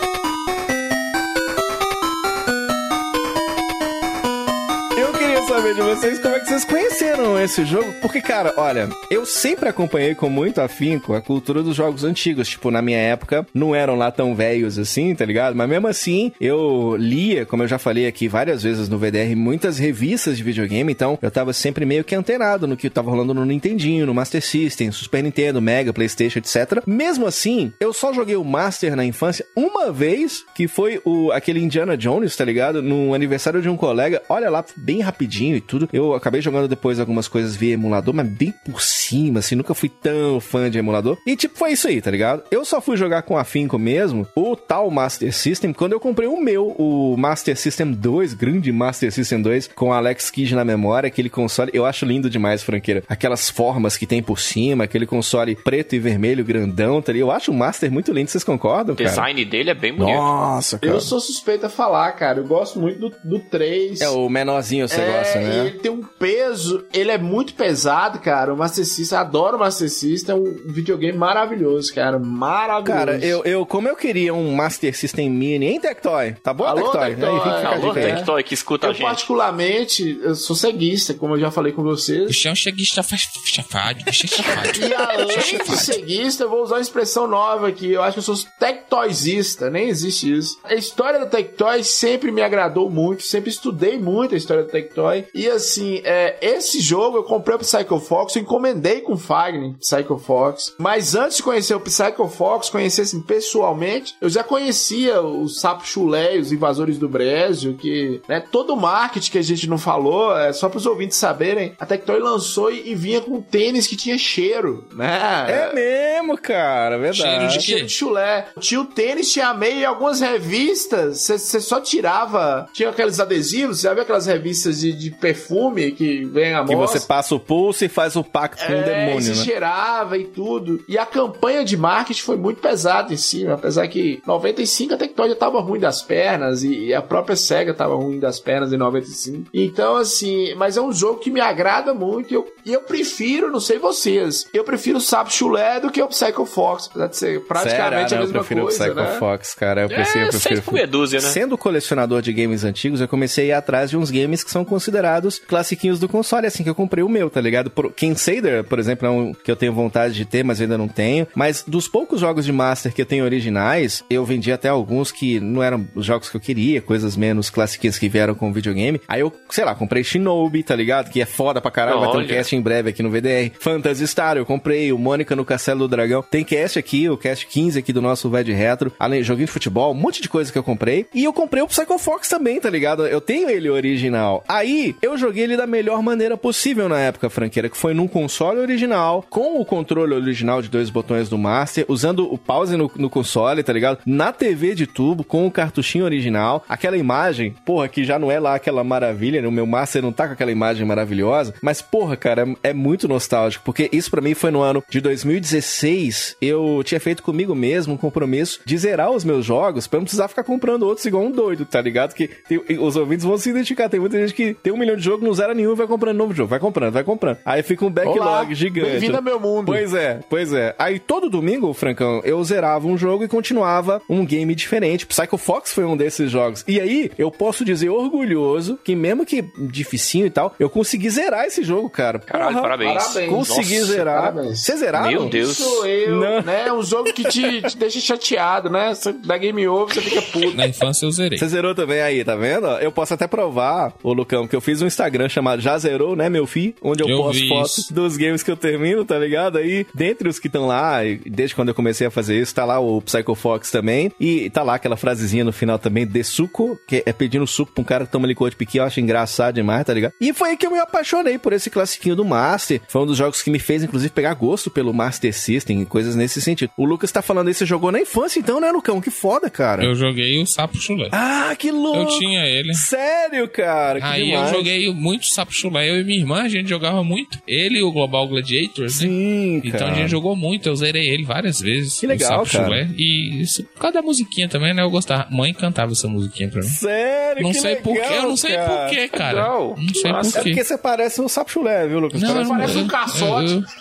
Eu queria saber de vocês como é que vocês conheceram esse jogo. Porque, cara, olha, eu sempre acompanhei com muito afinco a cultura dos jogos antigos. Tipo, na minha época, não eram lá tão velhos assim, tá ligado? Mas mesmo assim, eu lia, como eu já falei aqui várias vezes no V D R, muitas revistas de videogame. Então, eu tava sempre meio que antenado no que tava rolando no Nintendinho, no Master System, Super Nintendo, Mega, PlayStation, etcétera. Mesmo assim, eu só joguei o Master na infância uma vez, que foi o, aquele Indiana Jones, tá ligado? No aniversário de um colega. Olha lá, bem rapidinho e tudo. Eu acabei jogando depois algumas coisas via emulador, mas bem por cima, assim, nunca fui tão fã de emulador. E tipo, foi isso aí, tá ligado? Eu só fui jogar com afinco mesmo o tal Master System quando eu comprei o meu, o Master System dois, grande Master System dois, com Alex Kidd na memória, aquele console, eu acho lindo demais, franqueira. Aquelas formas que tem por cima, aquele console preto e vermelho, grandão, tá ligado? Eu acho o Master muito lindo, vocês concordam, O cara? design dele é bem bonito. Nossa, cara. Eu sou suspeito a falar, cara. Eu gosto muito do, do três. É, o menorzinho você É, gosta, e né? ele tem um peso, ele é muito pesado, cara. O Master System, adoro o Master System, é um videogame maravilhoso, cara. Maravilhoso. Cara, eu, eu, como eu queria um Master System Mini, hein, Tectoy? Tá bom, Alô, Tectoy? Tectoy? Aí, vem ficar Alô, de pé. Tectoy, que escuta a Eu gente. particularmente, eu sou ceguista, como eu já falei com vocês. Bicho é um cheguista faz chafado, bicho é chafado. E além de ceguista, eu vou usar uma expressão nova aqui. Eu acho que eu sou tectoyzista, nem existe isso. A história da Tectoy sempre me agradou muito, sempre estudei muito a história da Tectoy. E assim, é, esse jogo eu comprei o Psycho Fox, eu encomendei com o Fagner, Psycho Fox. Mas antes de conhecer o Psycho Fox, conhecer assim, pessoalmente, eu já conhecia os Sapo Chulé, os Invasores do Brejo, que, né, todo o marketing que a gente não falou, é só para os ouvintes saberem, a Tectoy lançou e, e vinha com um tênis que tinha cheiro, né? É mesmo, cara, verdade. Cheiro de quê? Cheiro de chulé. Tinha o tênis, tinha a meia e algumas revistas. Você só tirava. Tinha aqueles adesivos. Você já viu aquelas revistas de, de perfume que vem a Que moça? você passa o pulso e faz o pacto com o É, demônio, e se né? cheirava e tudo. E a campanha de marketing foi muito pesada em cima. Apesar que em noventa e cinco a Tectoy já tava ruim das pernas. E, e a própria SEGA tava ruim das pernas em noventa e cinco. Então, assim, mas é um jogo que me agrada muito. E eu, e eu prefiro, não sei vocês, eu prefiro o Sapo Chulé do que o Psycho Fox. Apesar de ser praticamente Sério? a Eu mesma prefiro coisa, o Psycho né? Fox, cara. Eu prefiro, eu É, prefiro. seis por meia dúzia, né? Sendo colecionador de games antigos, eu comecei a ir atrás de uns games que são considerados classiquinhos do console. Assim, assim que eu comprei o meu, tá ligado? Por, King Saber, por exemplo, é um que eu tenho vontade de ter, mas ainda não tenho. Mas dos poucos jogos de Master que eu tenho originais, eu vendi até alguns que não eram os jogos que eu queria, coisas menos classiquinhas que vieram com o videogame. Aí eu, sei lá, comprei Shinobi, tá ligado? Que é foda pra caralho, vai ter um cast em breve aqui no V D R. Phantasy Star, eu comprei o Mônica no Castelo do Dragão. Tem cast aqui, o cast quinze aqui do nosso V E D Retro. Além de joguinho de futebol, um monte de coisa que eu comprei. E eu comprei o Psycho Fox também, tá ligado? Eu tenho ele original. Aí, eu joguei ele da melhor maneira possível na época, franqueira, que foi num console original, com o controle original de dois botões do Master, usando o pause no, no console, tá ligado? Na T V de tubo, com o cartuchinho original. Aquela imagem, porra, que já não é lá aquela maravilha, né? O meu Master não tá com aquela imagem maravilhosa, mas, porra, cara, é, é muito nostálgico, porque isso pra mim foi no ano de dois mil e dezesseis. Eu tinha feito comigo mesmo um compromisso de zerar os meus jogos pra não precisar ficar comprando outros igual um doido, tá ligado? Que tem, os ouvintes vão se identificar. Tem muita gente que tem um milhão de jogos, não zera nenhum e vai comprando novo jogo. Vai comprando, vai comprando. Aí fica um backlog Olá, gigante. Bem-vindo ao meu mundo. Pois é, pois é. Aí todo domingo, Francão, eu zerava um jogo e continuava um game diferente. Psycho Fox foi um desses jogos. E aí, eu posso dizer orgulhoso que mesmo que dificinho e tal, eu consegui zerar esse jogo, cara. Caralho, Porra, parabéns. parabéns. Consegui Nossa, zerar. Parabéns. Você zeraram? Meu Deus. Sou eu, Não. né? Um jogo que te, te deixa chateado, né? Você dá game over, você fica puto. Na infância eu zerei. Você zerou também aí, tá vendo? Eu posso até provar, ô Lucão, que eu fiz um Instagram chamado Já Zerou, né, meu filho? Onde eu, Eu posto vi fotos isso. dos games que eu termino, tá ligado? Aí, dentre os que estão lá, e desde quando eu comecei a fazer isso, tá lá o Psycho Fox também. E tá lá aquela frasezinha no final também, de suco, que é pedindo suco pra um cara que toma licor de piqui. Eu acho engraçado demais, tá ligado? E foi aí que eu me apaixonei por esse classiquinho do Master. Foi um dos jogos que me fez, inclusive, pegar gosto pelo Master System e coisas nesse sentido. O Lucas tá falando aí, você jogou na infância então, né, Lucão? Que foda, cara. Eu joguei o Sapo Chulé. Ah, que louco! Eu tinha ele. Sério, cara? Que Aí demais. eu joguei muito Sapo Chulé. Eu e minha irmã, a gente jogava muito. Ele e o Global Gladiators, né? Sim, Então cara. a gente jogou muito. Eu zerei ele várias vezes. Que legal, o Sapo cara. Chulé. E isso, por causa da musiquinha também, né? Eu gostava. Mãe cantava essa musiquinha pra mim. Sério, Não que sei legal, porquê, eu não sei cara. porquê, cara. Legal. Não sei Nossa. É porquê. porque você parece um sapo chulé, viu, Lucas? Não, Parece não, Parece um eu- caçote. eu-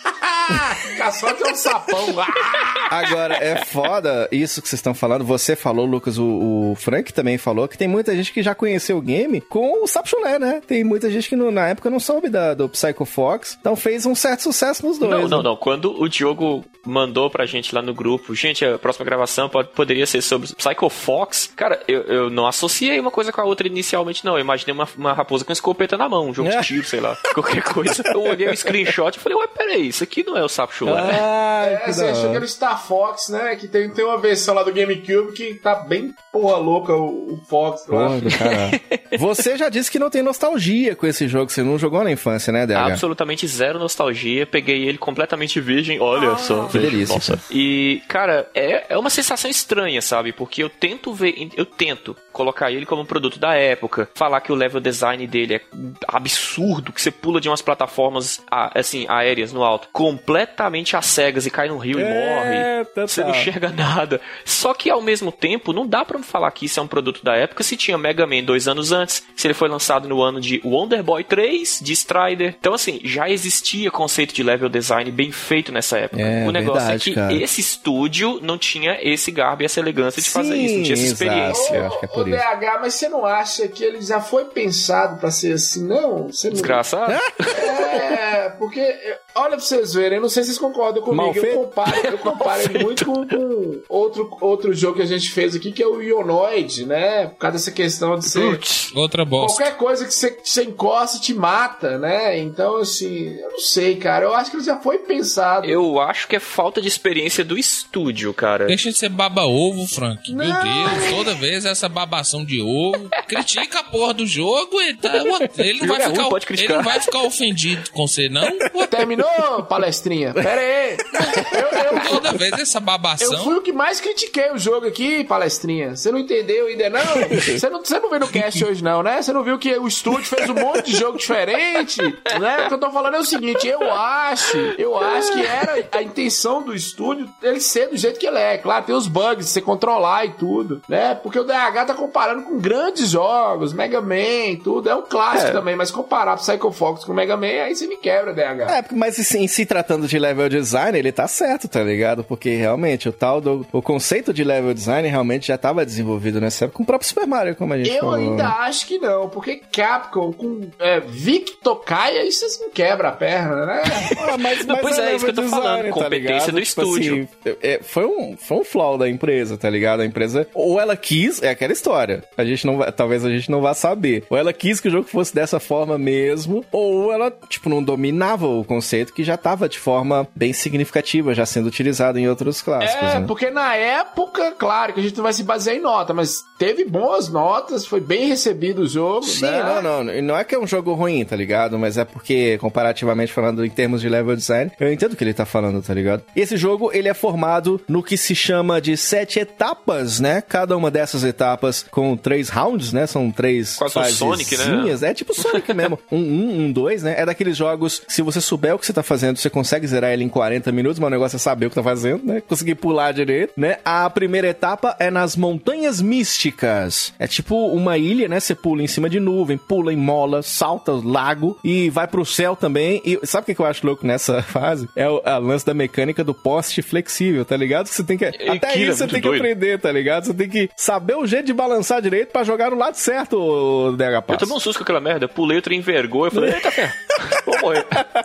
Caçote é um sapão. Agora, é foda isso que vocês estão falando. Você falou, Lucas, o, o Frank também falou que tem muita gente que já conheceu o game com o sapo chulé, né? Tem muita gente que no- na época não soube da, do Psycho Fox, então fez um certo sucesso nos dois. Não, não, né? não. Quando o Diogo mandou pra gente lá no grupo, gente, a próxima gravação pode, poderia ser sobre Psycho Fox, cara, eu, eu não associei uma coisa com a outra inicialmente, não. Eu imaginei uma, uma raposa com escopeta na mão, um jogo É. de tiro, sei lá, qualquer coisa. Eu olhei o screenshot e falei, ué, peraí, isso aqui não é o Sapo Chulé. Ah, É, que você da achou que hora. era o Star Fox, né? Que tem, tem uma versão lá do GameCube que tá bem porra louca o, o Fox. eu Porra acho. do caralho. Você já disse que não tem nostalgia com esse jogo, você não jogou na infância, né, D H? Absolutamente zero nostalgia. Peguei ele completamente virgem. Olha só. que veja, delícia, Nossa. E, cara, é, é uma sensação estranha, sabe? Porque eu tento ver, eu tento colocar ele como um produto da época, falar que o level design dele é absurdo, que você pula de umas plataformas assim, aéreas no alto, completamente às cegas e cai no rio É, e morre. tá, Você tá. não enxerga nada. Só que ao mesmo tempo, não dá pra me falar que isso é um produto da época se tinha Mega Man dois anos antes, se ele foi lançado no ano de Wonder Boy três, de Strider. Então, assim, já existia conceito de level design bem feito nessa época. É, o negócio verdade, é que cara. esse estúdio não tinha esse garbo e essa elegância de fazer Sim, isso, não tinha essa exato. experiência. Eu acho que é por Ô, isso. D H, mas você não acha que ele já foi pensado pra ser assim, não? Você não... Desgraçado. É, porque, olha pra vocês verem, eu não sei se vocês concordam Mal comigo, feito? eu comparo, eu comparo ele muito com, com outro, outro jogo que a gente fez aqui, que é o Ionoid, né? Por causa dessa questão de ser... Putz. Outra bosta. Qualquer coisa que você, que você encosta te mata, né? Então, assim, eu não sei, cara. Eu acho que ele já foi pensado. Eu acho que é falta de experiência do estúdio, cara. Deixa de ser baba-ovo, Frank. Meu Não. Deus, toda vez essa babação de ovo. Critica a porra do jogo e tá, ué, ele não Jogo vai é ruim, ficar, pode ele criticar. não vai ficar ofendido com você, não? Ué, Terminou, palestrinha? Pera aí. Eu, eu, toda vez essa eu babação. fui o que mais critiquei o jogo aqui, palestrinha. Você não entendeu ainda, não? Você não, você não viu no cast hoje, não, né? Você não viu que o estúdio fez um monte de jogo diferente, né? O que eu tô falando é o seguinte, eu acho, eu acho que era a intenção do estúdio ele ser do jeito que ele é. Claro, tem os bugs, você controlar e tudo, né? Porque o D H tá comparando com grandes jogos, Mega Man e tudo. É um clássico É. também, mas comparar Psycho Fox com Mega Man, aí você me quebra, D H. É, porque- mas em, em se tratando de level design, ele tá certo, tá tá ligado? Porque realmente o tal do o conceito de level design realmente já tava desenvolvido nessa época com o próprio Super Mario, como a gente Eu falou. ainda acho que não, porque Capcom com é, Vic Tokai, aí vocês não quebram a perna, né? Ah, mas, mas Pois é, isso que eu tô design, falando, tá competência ligado? do Tipo estúdio. assim, é, foi, um, foi um flaw da empresa, tá ligado? A empresa, ou ela quis, é aquela história, a gente não vai, talvez a gente não vá saber, ou ela quis que o jogo fosse dessa forma mesmo, ou ela, tipo, não dominava o conceito que já tava de forma bem significativa, já sendo utilizado em outros clássicos, É, né? porque na época, claro que a gente não vai se basear em nota, mas teve boas notas, foi bem recebido o jogo, Sim, né? não, não, não é que é um jogo ruim, tá ligado? Mas é porque, comparativamente falando em termos de level design, eu entendo o que ele tá falando, tá ligado? E esse jogo, ele é formado no que se chama de sete etapas, né? Cada uma dessas etapas com três rounds, né? São três Quase um Sonic, né? É tipo Sonic mesmo. Um, um, um, dois, né? É daqueles jogos, se você souber o que você tá fazendo, você consegue zerar ele em quarenta minutos, mas o negócio é saber o que tá fazendo, né? Conseguir pular direito, né? A primeira etapa é nas Montanhas Místicas. É tipo uma ilha, né? Você pula em cima de nuvem, pula em mola, salta lago e vai pro céu também. E sabe o que eu acho louco nessa fase? É o a lance da mecânica do poste flexível, tá ligado? Que você tem que... É, até Kira, isso você muito tem que doido. aprender, tá ligado? Você tem que saber o jeito de balançar direito pra jogar no lado certo, o D H Eu Pass. tomei um susto com aquela merda, pulei, eu trem vergonha, eu falei, eita, ferro, vou morrer.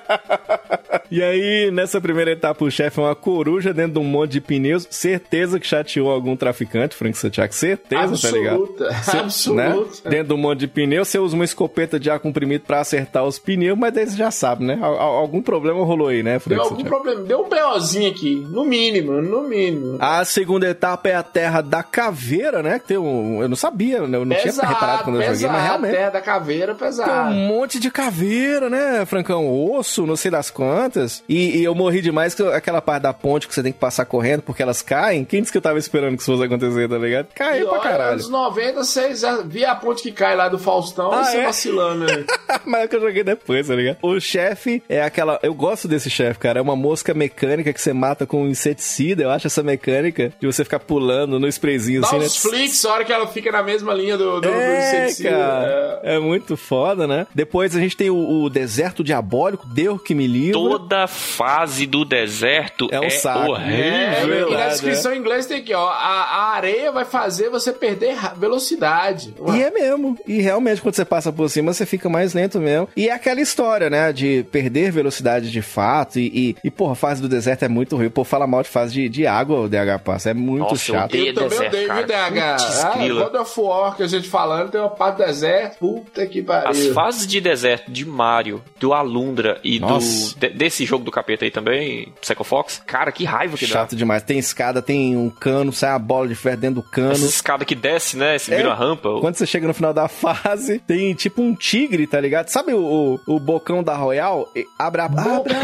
E aí, nessa primeira etapa, o chefe é uma coruja dentro de um monte de pneus. Certeza que chateou algum traficante, Frank Santiago. Certeza, tá ligado? Absoluta, Cê, absoluta. Né? Dentro de um monte de pneus, você usa uma escopeta de ar comprimido pra acertar os pneus, mas daí você já sabe, né? Al- al- algum problema rolou aí, né, Frank Deu algum Santiago? problema, deu um BOzinho aqui, no mínimo, no mínimo. A segunda etapa é a Terra da Caveira, né? Que tem um... Eu não sabia, né? Eu não tinha reparado quando eu joguei, mas realmente... Terra da caveira, Tem um pesado. monte de caveira, né, Francão? Osso, não sei das quantas. E, e eu morri demais que eu- aquela parte da ponte que você tem que passar correndo porque elas caem. Quem disse que eu tava esperando que isso fosse acontecer, tá ligado? Caiu E pra olha, caralho. anos noventa, você já via a ponte que cai lá do Faustão Ah, e você é? vacilando aí. Mas é que eu joguei depois, tá ligado? O chefe é aquela... Eu gosto desse chefe, cara. É uma mosca mecânica que você mata com um inseticida. Eu acho essa mecânica de você ficar pulando no sprayzinho Dá assim, né? uns flicks, a hora que ela fica na mesma linha do, do, do É, inseticida. cara. É. muito foda, né? Depois a gente tem o, o deserto diabólico, Deus que me livra. Toda fase do deserto É um é, saco. horrível. É, e na verdade, descrição em inglês tem aqui, ó. A, a areia vai fazer você perder ra- velocidade. E é mesmo. E realmente, quando você passa por cima, você fica mais lento mesmo. E é aquela história, né? De perder velocidade de fato. E, e, e porra, a fase do deserto é muito ruim. Pô, fala mal de fase de, de água, o D H Passa. É muito Nossa, eu chato. odeio. Eu também deserto, odeio, viu, cara. D H? Putz, Ah, grila. God of War, que a gente falando, tem uma parte do deserto. Puta que pariu. As fases de deserto de Mario, do Alundra e Nossa. do de- desse jogo do capeta aí também, Psycho Fox, cara, que raiva que Chato demais. Tem escada, tem um cano, sai a bola de ferro dentro do dá. cano. Essa escada que desce, né? Se É. vira a rampa. Quando você chega no final da fase, tem tipo um tigre, tá ligado? Sabe o, o, o bocão da Royal? E Abre a... Abre a boca.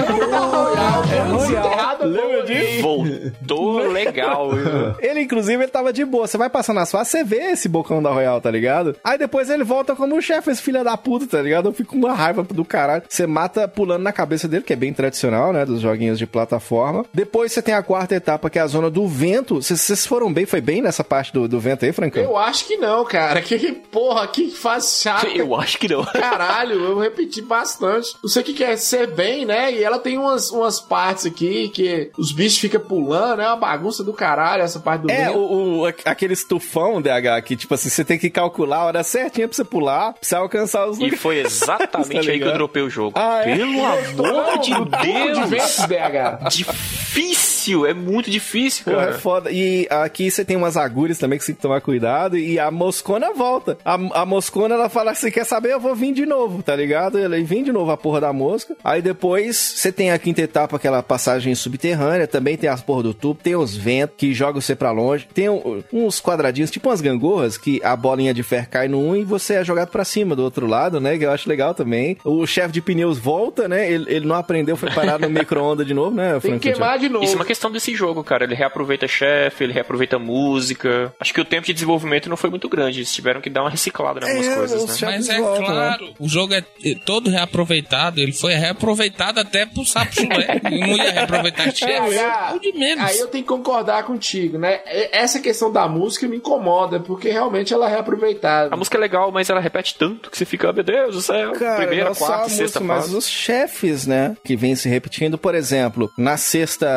É Royal. Lembra disso? Voltou legal. viu? Ele, inclusive, ele tava de boa. Você vai passando nas fases, você vê esse bocão da Royal, tá ligado? Aí depois ele volta como o chefe, esse filho da puta, tá ligado? Eu fico com uma raiva do caralho. Você mata pulando na cabeça dele, que é bem tradicional, né? Dos joguinhos de plataforma. Depois você tem a quarta etapa, que é a zona do vento. Vocês- Vocês foram bem? Foi bem nessa parte do, do vento aí, Francão? Eu acho que não, cara. Que, que porra, que faz chata. Eu acho que não. Caralho, eu repeti bastante. Não sei o que quer ser bem, né? E ela tem umas, umas partes aqui que os bichos ficam pulando, é uma bagunça do caralho essa parte do É, vento. o, o- aquele estufão, D H, que tipo assim, você tem que calcular a hora certinha pra você pular, pra você alcançar os E lugares. foi exatamente Tá aí que eu ligado? dropei o jogo. Ah, é? Pelo amor de Tubo de Deus! vento, D H. Difícil, é muito difícil, Porra, é cara. foda. E aqui você tem umas agulhas também que você tem que tomar cuidado. E a moscona volta. A, a moscona, ela fala assim, quer saber? Eu vou vir de novo, tá ligado? Ela vem de novo a porra da mosca. Aí depois você tem a quinta etapa, aquela passagem subterrânea. Também tem as porra do tubo. Tem os ventos que jogam você pra longe. Tem um- uns quadradinhos, tipo umas gangorras, que a bolinha de ferro cai no um e você é jogado pra cima do outro lado, né? Que eu acho legal também. O chefe de pneus volta, né? Ele, ele não aprendeu, foi parar no micro-ondas de novo, né, Tem Frank? que queimar de novo. Isso é uma questão desse jogo, cara. Ele reaproveita chefe, ele reaproveita música. Acho que o tempo de desenvolvimento não foi muito grande. Eles tiveram que dar uma reciclada em algumas É, coisas, os né? chefes Mas é voltam, claro, o jogo é todo reaproveitado. Ele foi reaproveitado até pro sapo chulé. Não ia reaproveitar chefe. É, Ou de menos. Aí eu tenho que concordar contigo, né? E- Essa questão da música me incomoda, porque realmente ela é reaproveitada. A música é legal, mas ela repete tanto que você fica, ah, meu Deus do céu. Cara, Primeira, não só a quarta, música, sexta mas fase. os chefes, né, que vem se repetindo. Por exemplo, na sexta é a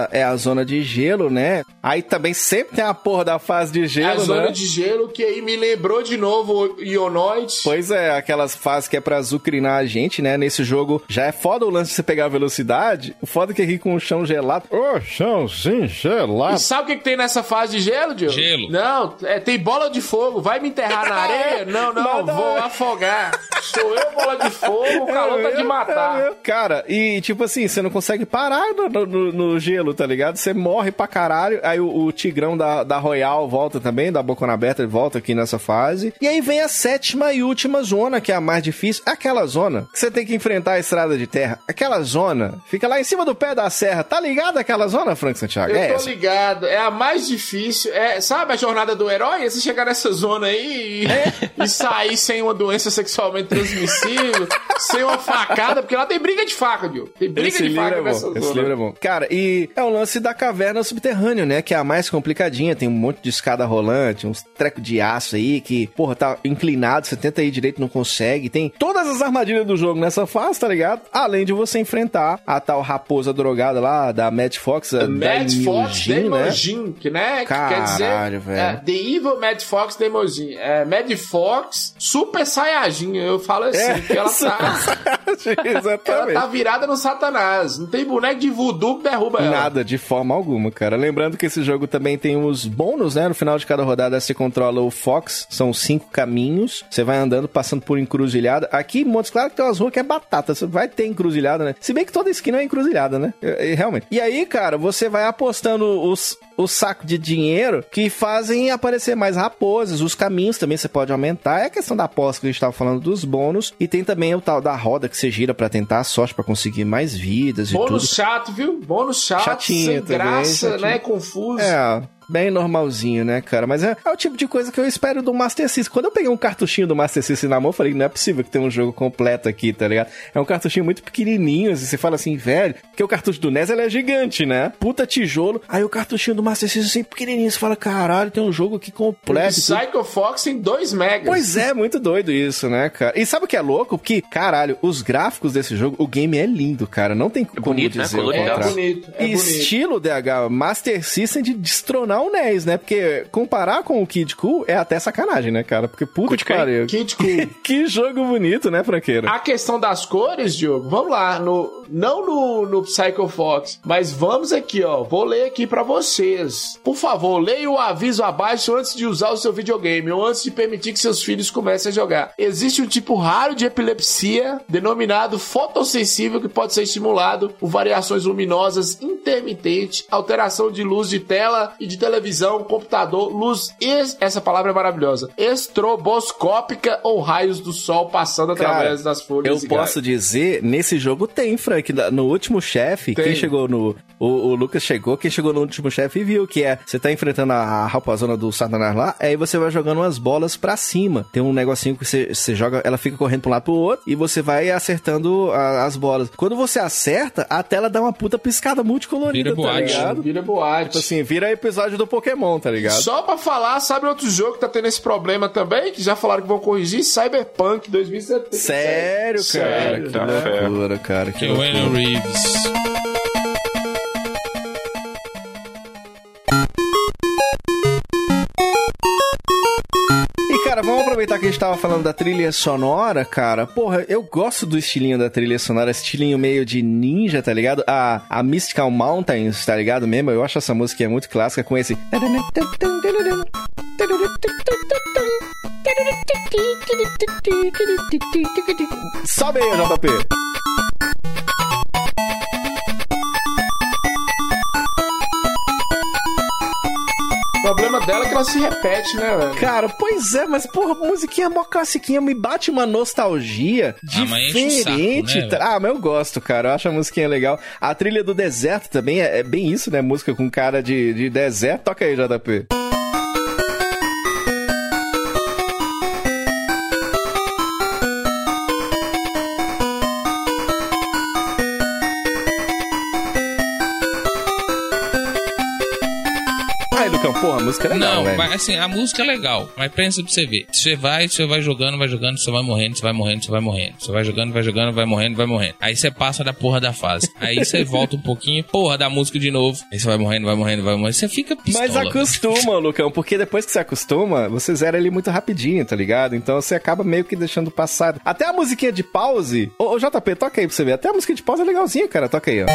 zona de gelo, né? Aí também sempre tem a porra da fase de gelo, a né? zona de gelo que aí me lembrou de novo o Ionoid. Pois é, aquelas fases que é pra azucrinar a gente, né? Nesse jogo já é foda o lance de você pegar a velocidade. O foda é que aqui com o chão gelado... Ô, oh, chãozinho gelado. E sabe o que, que tem nessa fase de gelo, Diogo? Gelo. Não, é, tem bola de fogo. Vai me enterrar na areia? Não, não, não vou não. afogar. Sou eu, bola de fogo, o calor tá de matar. É, cara, e tipo assim, você não consegue parar no, no, no gelo, tá ligado? Você morre pra caralho. Aí o, o tigrão da, da Royal volta também, da bocona aberta, ele volta aqui nessa fase. E aí vem a sétima e última zona, que é a mais difícil. Aquela zona que você tem que enfrentar a estrada de terra. Aquela zona fica lá em cima do pé da serra. Tá ligado aquela zona, Frank Santiago? Eu é tô essa? ligado. É a mais difícil. É, sabe a jornada do herói? É você chegar nessa zona aí e, é. e sair sem uma doença sexualmente transmissível, sem uma facada, porque lá tem briga de faca, Diogo. Tem briga Esse de faca é nessa bom. zona. Esse livro é bom. Cara, e é o lance da caverna subterrânea, né? Que é a mais complicadinha. Tem um monte de escada rolante, uns trecos de aço aí que, porra, tá inclinado, você tenta ir direito, não consegue. Tem todas as armadilhas do jogo nessa fase, tá ligado? Além de você enfrentar a tal raposa drogada lá, da Mad Fox, a Mad Fox Demogin, né? que, né? Caralho, quer dizer, velho. É, The Evil Mad Fox Demogin. É, Mad Fox Super Saiyajin, eu falo assim, é, que ela tá... Exatamente. Ela tá virada no Satanás. Não tem boneco de voodoo que derruba ela. Nada, de forma alguma, cara. Lembrando que esse jogo também tem os bônus, né? No final de cada rodada você controla o Fox. São cinco caminhos. Você vai andando, passando por encruzilhada. Aqui em Montes Claros tem umas ruas que é batata. Você vai ter encruzilhada, né? Se bem que toda esquina é encruzilhada, né? É, é, realmente. E aí, cara, você vai apostando os... o saco de dinheiro que fazem aparecer mais raposas. Os caminhos também você pode aumentar. É a questão da aposta que a gente tava falando dos bônus. E tem também o tal da roda que você gira pra tentar a sorte, pra conseguir mais vidas e bônus tudo. Bônus chato, viu? Bônus chato, Chatinho sem também, graça, chatinho. né? Confuso. É... bem normalzinho, né, cara? Mas é, é o tipo de coisa que eu espero do Master System. Quando eu peguei um cartuchinho do Master System na mão, eu falei, não é possível que tenha um jogo completo aqui, tá ligado? É um cartuchinho muito pequenininho, assim, você fala assim, velho, porque o cartucho do N E S, ele é gigante, né? Puta tijolo. Aí o cartuchinho do Master System, assim, pequenininho, você fala, caralho, tem um jogo aqui completo. O Psycho Fox tem dois megas. Pois é, muito doido isso, né, cara? E sabe o que é louco? Porque, caralho, os gráficos desse jogo, o game é lindo, cara. Não tem como bonito, dizer né? o contrário. É bonito, é bonito. Estilo D H, Master System de destronar o N E S, né? Porque comparar com o Kid Cool é até sacanagem, né, cara? Porque puta que pariu. Kid Cool. Que jogo bonito, né, franqueiro? A questão das cores, Diogo, vamos lá, no, não no, no Psycho Fox, mas vamos aqui, ó, vou ler aqui pra vocês. Por favor, leia o aviso abaixo antes de usar o seu videogame ou antes de permitir que seus filhos comecem a jogar. Existe um tipo raro de epilepsia, denominado fotossensível, que pode ser estimulado por variações luminosas intermitentes, alteração de luz de tela e de televisão, computador, luz, es... essa palavra é maravilhosa, estroboscópica ou raios do sol passando através Cara, das folhas. Eu posso dizer, nesse jogo tem, Frank, no último chefe, quem chegou no... O, o Lucas chegou, quem chegou no último chefe viu que é, você tá enfrentando a, a rapazona do Satanás lá, aí você vai jogando umas bolas pra cima. Tem um negocinho que você, você joga, ela fica correndo pra um lado pro outro e você vai acertando a, as bolas. Quando você acerta, a tela dá uma puta piscada multicolorida, vira tá boate. ligado? Vira boate. Tipo assim, vira episódio do Pokémon, tá ligado? Só pra falar, sabe outro jogo que tá tendo esse problema também, que já falaram que vão corrigir? Cyberpunk dois mil e setenta. Sério, cara? Sério, que tá loucura, cara. Que Que o Keanu Reeves. Cara, vamos aproveitar que a gente tava falando da trilha sonora, cara. Porra, eu gosto do estilinho da trilha sonora, estilinho meio de ninja, tá ligado? A, a Mystical Mountains, tá ligado mesmo? Eu acho essa música é muito clássica com esse... Sobe aí, J P! O problema dela é que ela se repete, né, velho? Cara, pois é, mas porra, musiquinha mó classiquinha, me bate uma nostalgia ah, mas diferente. Saco, né, ah, mas eu gosto, cara, eu acho a musiquinha legal. A trilha do deserto também é, é bem isso, né? Música com cara de, de deserto. Toca aí, J P. Lucão? Porra, a música é legal, Não, velho. mas assim, a música é legal, mas pensa pra você ver. Você vai, você vai jogando, vai jogando, você vai morrendo, você vai morrendo, você vai morrendo. Você vai jogando, vai jogando, vai morrendo, vai morrendo. Aí você passa da porra da fase. Aí você volta um pouquinho, porra da música de novo. Aí você vai morrendo, vai morrendo, vai morrendo. Você fica pistola. Mas acostuma, Lucão, porque depois que você acostuma, você zera ele muito rapidinho, tá ligado? Então você acaba meio que deixando passar. Até a musiquinha de pause... Ô, ô J P, toca aí pra você ver. Até a musiquinha de pause é legalzinha, cara. Toca aí, ó.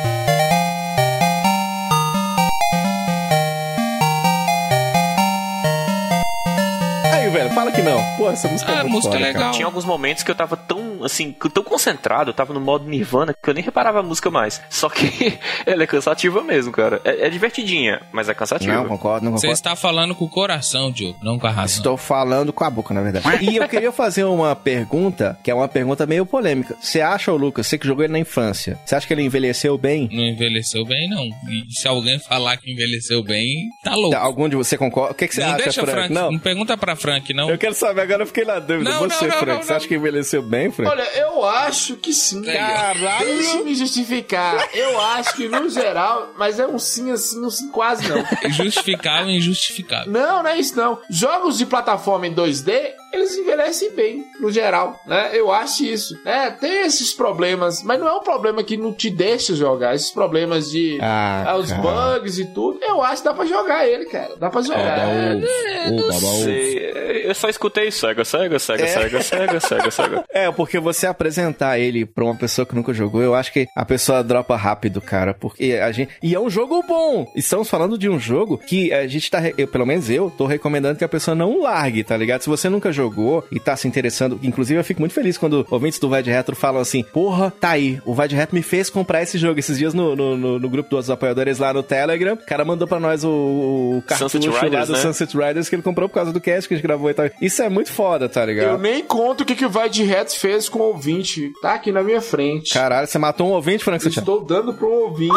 Velho, fala que não. Pô, essa música ah, é muito música foda, legal. Tinha alguns momentos que eu tava tão, assim, tão concentrado, eu tava no modo Nirvana, que eu nem reparava a música mais. Só que ela é cansativa mesmo, cara. É, é divertidinha, mas é cansativa. Não, concordo, não concordo. Você está falando com o coração, Diogo, não com a razão. Estou falando com a boca, na verdade. E eu queria fazer uma pergunta, que é uma pergunta meio polêmica. Você acha, ô Lucas, você que jogou ele na infância, você acha que ele envelheceu bem? Não envelheceu bem, não. E se alguém falar que envelheceu bem, tá louco. Tá, algum de você concorda? O que, que você não acha, deixa, Frank? Frank? Não. Não pergunta pra Frank, não. Eu quero saber, agora eu fiquei na dúvida. Não, você, não, não, Frank, não, você não. acha que envelheceu bem, Frank? Olha, eu acho que sim. Caralho! Deixa eu me justificar. Eu acho que no geral, mas é um sim assim, um sim quase não. Justificável e injustificável. Não, não é isso não. Jogos de plataforma em dois D, eles envelhecem bem, no geral, né? Eu acho isso. É, tem esses problemas, mas não é um problema que não te deixa jogar. Esses problemas de ah, ah, os cara. bugs e tudo, eu acho que dá pra jogar ele, cara. Dá pra jogar. É, É, não sei. Eu só escutei Sega, Sega, Sega, É. Sega, Sega, Sega, Sega. É, porque você apresentar ele pra uma pessoa que nunca jogou, eu acho que a pessoa dropa rápido, cara, porque a gente... E é um jogo bom! Estamos falando de um jogo que a gente tá... Eu, pelo menos eu, tô recomendando que a pessoa não largue, tá ligado? Se você nunca jogou e tá se interessando... Inclusive, eu fico muito feliz quando ouvintes do Vai de Retro falam assim, porra, tá aí, o Vai de Retro me fez comprar esse jogo. Esses dias no, no, no, no grupo dos apoiadores lá no Telegram, o cara mandou pra nós o, o cartucho Sunset Riders, lá do né? Sunset Riders que ele comprou por causa do cast que a gente gravou e tal. Isso é muito foda, tá ligado? Eu nem conto o que, que o Vai de Reto fez com o ouvinte. Tá aqui na minha frente. Caralho, você matou um ouvinte, Frank Santiago? Estou dando pro ouvinte.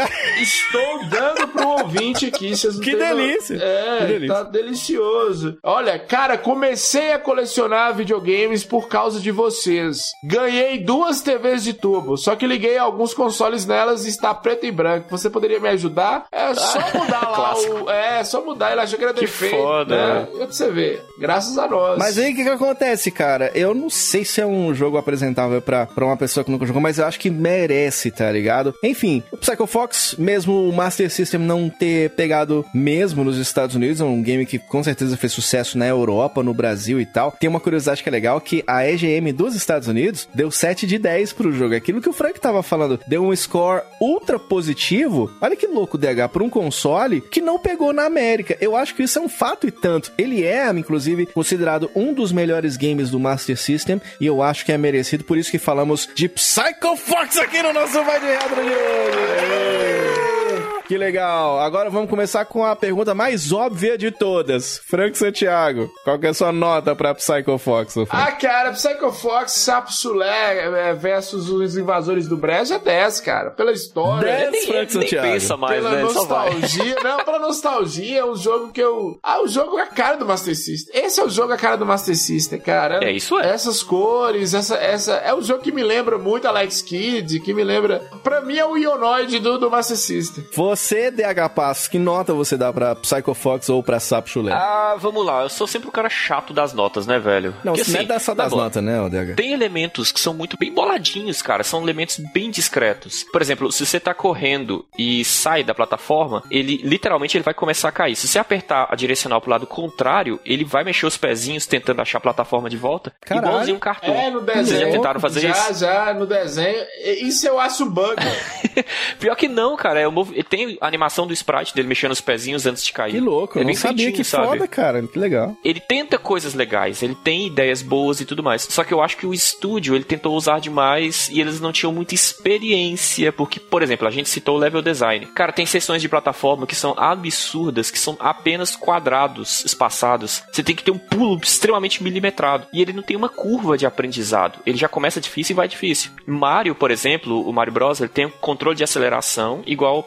Estou dando pro ouvinte aqui. Vocês não Que têm no- delícia. É, Que delícia. tá delicioso. Olha, cara, comecei a colecionar videogames por causa de vocês. Ganhei duas T Vs de tubo, só que liguei alguns consoles nelas e está preto e branco. Você poderia me ajudar? É só mudar lá Clássico. o... É, só mudar. Ele achou que era Que defeito. foda, né? né? Pra você ver. Graças a nós. Mas aí o que que acontece, cara? Eu não sei se é um jogo apresentável pra, pra uma pessoa que nunca jogou, mas eu acho que merece, tá ligado? Enfim, o Psycho Fox, mesmo o Master System não ter pegado mesmo nos Estados Unidos, é um game que com certeza fez sucesso na Europa, no Brasil e tal. Tem uma curiosidade que é legal, que a E G M dos Estados Unidos deu sete de dez pro jogo. Aquilo que o Frank tava falando, deu um score ultra positivo. Olha que louco, D H, pra um console que não pegou na América. Eu acho que isso é um fato e tanto. Ele é, inclusive, considerado um dos melhores games do Master System e eu acho que é merecido, por isso que falamos de Psycho Fox aqui no nosso Vai de Retro de hoje. Que legal. Agora vamos começar com a pergunta mais óbvia de todas. Frank Santiago, qual que é a sua nota pra Psycho Fox, ô Frank? Ah, cara, Psycho Fox, Sapo Sulé é, versus os Invasores do Brejo é dez, cara. Pela história. dez, Nem, Frank nem Santiago. pensa mais, Pela né? Só vai. nostalgia, não, pela nostalgia, é um jogo que eu... Ah, o jogo é a cara do Master System. Esse é o jogo a cara do Master System, cara. É, isso é. Essas cores, essa, essa... É um jogo que me lembra muito Alex Kidd, que me lembra... Pra mim é o Ionoid do, do Master System. Você, D H Passos, que nota você dá pra Psycho Fox ou pra Sapo Chulé? Ah, vamos lá. Eu sou sempre o cara chato das notas, né, velho? não, Porque, você assim, não é só tá das bom. notas, né, D H? Tem elementos que são muito bem boladinhos, cara. São elementos bem discretos. Por exemplo, se você tá correndo e sai da plataforma, ele literalmente ele vai começar a cair. Se você apertar a direcional pro lado contrário, ele vai mexer os pezinhos tentando achar a plataforma de volta. Caralho. Igualzinho um cartão. É, no desenho. Vocês já tentaram fazer já, isso? Já, já, no desenho. Isso eu acho bug. Pior que não, cara. É o mov... Tem a animação do sprite dele mexendo os pezinhos antes de cair. Que louco, é eu não bem sabia, feitinho, que sabe? foda, cara, que legal. Ele tenta coisas legais, ele tem ideias boas e tudo mais. Só que eu acho que o estúdio, ele tentou usar demais e eles não tinham muita experiência, porque, por exemplo, a gente citou o level design. Cara, tem seções de plataforma que são absurdas, que são apenas quadrados espaçados. Você tem que ter um pulo extremamente milimetrado. E ele não tem uma curva de aprendizado. Ele já começa difícil e vai difícil. Mario, por exemplo, o Mario Bros, ele tem um controle de aceleração igual ao Psycho Fox.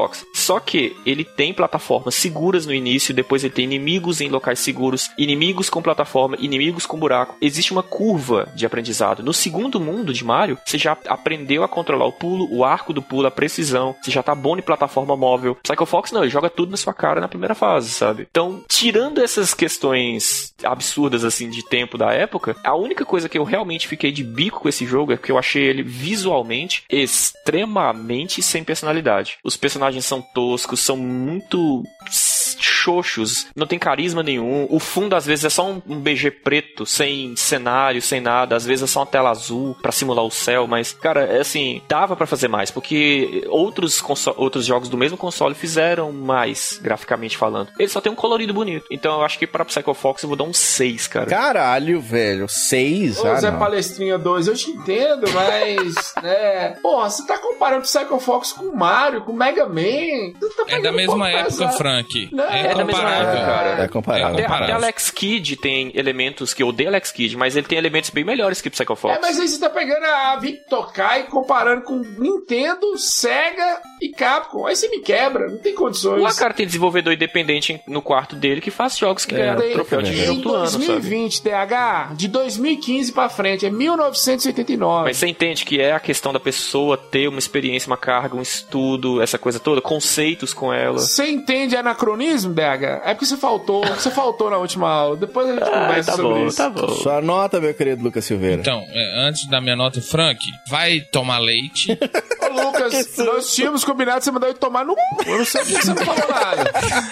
Fox. Só que ele tem plataformas seguras no início, depois ele tem inimigos em locais seguros, inimigos com plataforma, inimigos com buraco. Existe uma curva de aprendizado. No segundo mundo de Mario, você já aprendeu a controlar o pulo, o arco do pulo, a precisão, você já tá bom em plataforma móvel. Psycho Fox não, ele joga tudo na sua cara na primeira fase, sabe? Então, tirando essas questões absurdas, assim, de tempo da época, a única coisa que eu realmente fiquei de bico com esse jogo é que eu achei ele visualmente extremamente sem personalidade. Os personagens são toscos, são muito xoxos, não tem carisma nenhum. O fundo às vezes é só um, um B G preto, sem cenário, sem nada. Às vezes é só uma tela azul pra simular o céu, mas, cara, é assim, dava pra fazer mais, porque outros, outros jogos do mesmo console fizeram mais, graficamente falando. Ele só tem um colorido bonito. Então eu acho que pra Psycho Fox eu vou dar um seis, cara. Caralho, velho, seis? Ô, ah, Zé não. Palestrinha dois, eu te entendo, mas, né, porra, você tá comparando Psycho Fox com Mario, com Mega Man. Tá é da mesma um época, pesado. Frank. Não, é, É da mesma época, cara. É comparável. Até, É comparável. até Alex Kidd tem elementos que eu odeio Alex Kidd, mas ele tem elementos bem melhores que Psycho Fox. É, mas aí você tá pegando a Victor Kai comparando com Nintendo, Sega e Capcom. Aí você me quebra, não tem condições. Lá, cara, tem desenvolvedor independente no quarto dele que faz jogos que É, ganharam Tem- troféu de é. jogo Em do ano, dois mil e vinte, sabe? D H, de dois mil e quinze pra frente, é mil novecentos e oitenta e nove. Mas você entende que é a questão da pessoa ter uma experiência, uma carga, um estudo, essa coisa toda, conceitos com ela. Você entende anacronismo, D H? É porque você faltou, você faltou na última aula. Depois a gente Ah, conversa tá sobre bom, isso. tá bom. Sua nota, meu querido Lucas Silveira. Então, é, antes da minha nota, Frank, vai tomar leite. Ô, Lucas, nós tínhamos combinado você mandar ele tomar no cu. Eu não sei por que você não falou nada.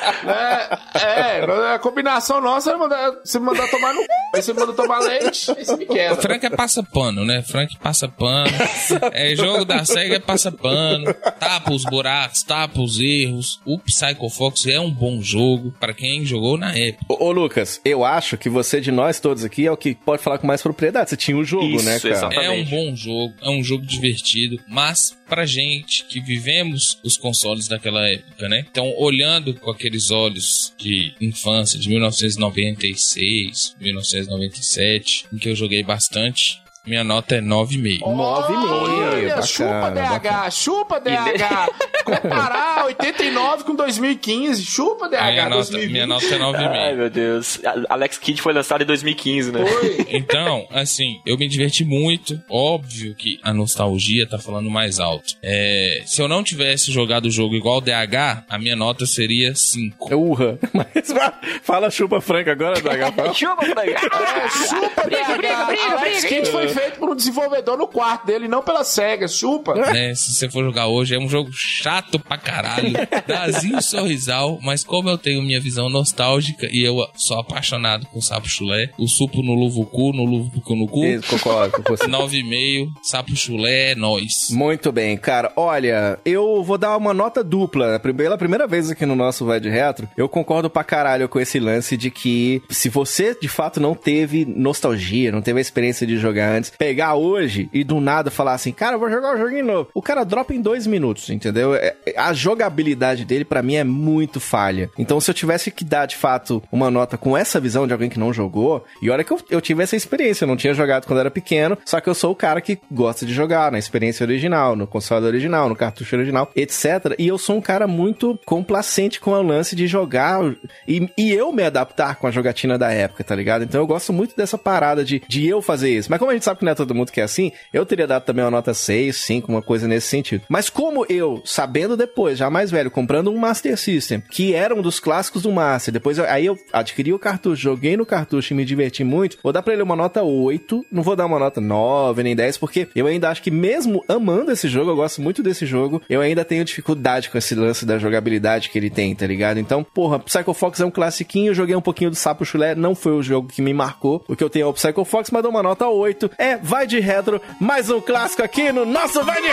É, é, a combinação nossa era mandar, você me mandar tomar no cu. Aí você me manda tomar leite, aí você me quebra. Frank é passa-pano, né? Frank passa pano. É, jogo da SEGA é passa-pano. Tapa os buracos, tapa os erros. O Psycho Fox é um bom jogo pra quem jogou na época. Ô, ô, Lucas, eu acho que você, de nós todos aqui, é o que pode falar com mais propriedade. Você tinha o jogo, Isso, né, cara? exato. É um Exatamente. bom jogo, é um jogo divertido, mas pra gente que vivemos os consoles daquela época, né? Então, olhando com aqueles olhos de infância, de mil novecentos e noventa e seis, mil novecentos e noventa e sete, em que eu joguei bastante, minha nota é nove vírgula cinco. Nove e meio, Olha, chupa bacana, D H, bacana. chupa D H. Comparar oitenta e nove com dois mil e quinze, chupa D H. Minha nota, dois mil e vinte. minha nota é nove vírgula Ai, cinco. meu Deus. A- Alex Kidd foi lançado em dois mil e quinze, né? Foi. Então, assim, eu me diverti muito. Óbvio que a nostalgia tá falando mais alto. É, se eu não tivesse jogado o jogo igual o D H, a minha nota seria cinco. Urra. Mas fala chupa franca agora, D H. Fala. Chupa, Frank. É, chupa D H. briga, briga, Alex briga. Kidd foi feito por um desenvolvedor no quarto dele, não pela SEGA. Chupa. Né? Se você for jogar hoje, é um jogo chato pra caralho. Dazinho sorrisal, mas como eu tenho minha visão nostálgica e eu sou apaixonado com Sapo Chulé, o supo no Luvucu, no Luvucu no cu, Isso, concordo com você. nove vírgula cinco, Sapo Chulé é nóis. Muito bem, cara. Olha, eu vou dar uma nota dupla. Pela primeira vez aqui no nosso Vai de Retro, eu concordo pra caralho com esse lance de que se você, de fato, não teve nostalgia, não teve a experiência de jogar antes, pegar hoje e do nada falar assim, cara, eu vou jogar um joguinho novo. O cara dropa em dois minutos, entendeu? É- A jogabilidade dele, pra mim, é muito falha. Então, se eu tivesse que dar, de fato, uma nota com essa visão de alguém que não jogou, e olha que eu, eu tive essa experiência, eu não tinha jogado quando era pequeno, só que eu sou o cara que gosta de jogar na experiência original, no console original, no cartucho original, etcétera. E eu sou um cara muito complacente com o lance de jogar e, e eu me adaptar com a jogatina da época, tá ligado? Então eu gosto muito dessa parada de, de eu fazer isso. Mas como a gente sabe que não é todo mundo que é assim, eu teria dado também uma nota seis, cinco, uma coisa nesse sentido. Mas como eu, sabendo depois, já mais velho, comprando um Master System, que era um dos clássicos do Master, depois eu, aí eu adquiri o cartucho, joguei no cartucho e me diverti muito, vou dar pra ele uma nota oito, não vou dar uma nota nove nem dez, porque eu ainda acho que mesmo amando esse jogo, eu gosto muito desse jogo, eu ainda tenho dificuldade com esse lance da jogabilidade que ele tem, tá ligado? Então, porra, Psycho Fox é um classiquinho, eu joguei um pouquinho do Sapo Chulé, não foi o jogo que me marcou, o que eu tenho é o Psycho Fox, mas dou uma nota oito, é Vai de Retro, mais um clássico aqui no nosso Vai de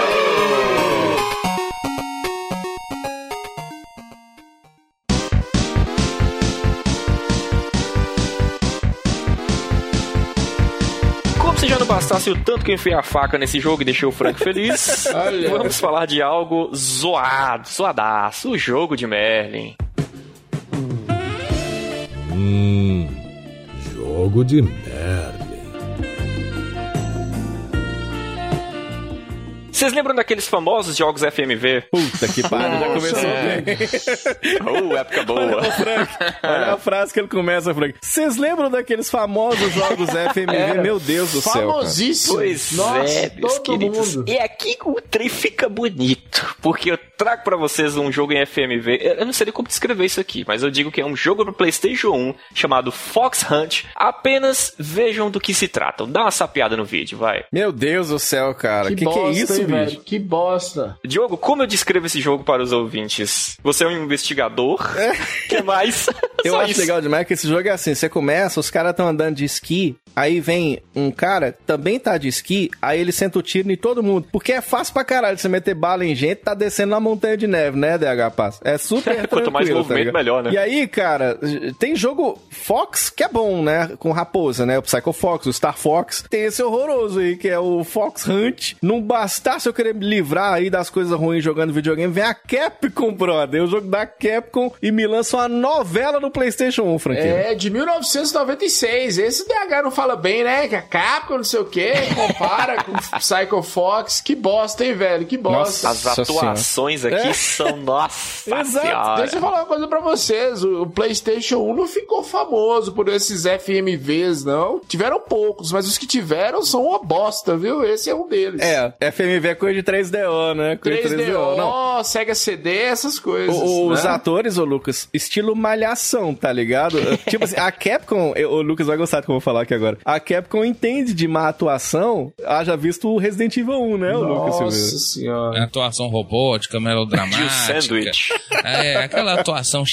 Retro! Como se já não bastasse o tanto que eu enfiei a faca nesse jogo e deixei o Frank feliz, Olha. vamos falar de algo zoado, zoadaço, o jogo de Merlin. Hum, jogo de Merlin. Vocês lembram daqueles famosos jogos F M V? Puta que pariu, já começou bem. Oh, época boa. Olha, Frank, olha a frase que ele começa, Frank. Vocês lembram daqueles famosos jogos F M V? Era Meu Deus do céu, cara. famosíssimo. Pois Nossa, é, meus todo queridos. mundo. E é aqui que o trem fica bonito, porque eu trago pra vocês um jogo em F M V. Eu não sei nem como descrever isso aqui, mas eu digo que é um jogo pro PlayStation um chamado Fox Hunt. Apenas vejam do que se tratam. Dá uma sapeada no vídeo, vai. Meu Deus do céu, cara. Que que, bosta, que é isso, hein, bicho? velho? Que bosta. Diogo, como eu descrevo esse jogo para os ouvintes? Você é um investigador? O que mais? Eu Só acho isso. legal demais que esse jogo é assim, você começa, os caras estão andando de esqui, aí vem um cara, também tá de esqui, aí ele senta o tiro em todo mundo. Porque é fácil pra caralho você meter bala em gente, tá descendo na montanha de neve, né, D H Pass? É super tranquilo. Quanto mais movimento, tá melhor, né? E aí, cara, tem jogo Fox que é bom, né, com raposa, né, o Psycho Fox, o Star Fox. Tem esse horroroso aí, que é o Fox Hunt. Não bastasse eu querer me livrar aí das coisas ruins jogando videogame, vem a Capcom, brother, o jogo da Capcom, e me lança uma novela no PlayStation um, Franquinho. É, de mil novecentos e noventa e seis. Esse D H não fala bem, né? Que a Capcom, não sei o quê, compara com Psycho Fox. Que bosta, hein, velho? Que bosta. As Nossa atuações aqui É. são, nossa Exato. senhora. Deixa eu falar uma coisa pra vocês. O o PlayStation um não ficou famoso por esses F M Vs, não. Tiveram poucos, mas os que tiveram são uma bosta, viu? Esse é um deles. É, F M V é coisa de três D O, né? Coisa de três D O, Não. Sega C D, essas coisas. O- os né? atores, ô Lucas, estilo malhação, tá ligado? Tipo assim, a Capcom, eu- o Lucas vai gostar do que eu vou falar aqui agora. A Capcom entende de má atuação, haja visto o Resident Evil um, né, o Lucas? Nossa Silveira? senhora. Atuação robótica, De um melodramática. sandwich. É, aquela atuação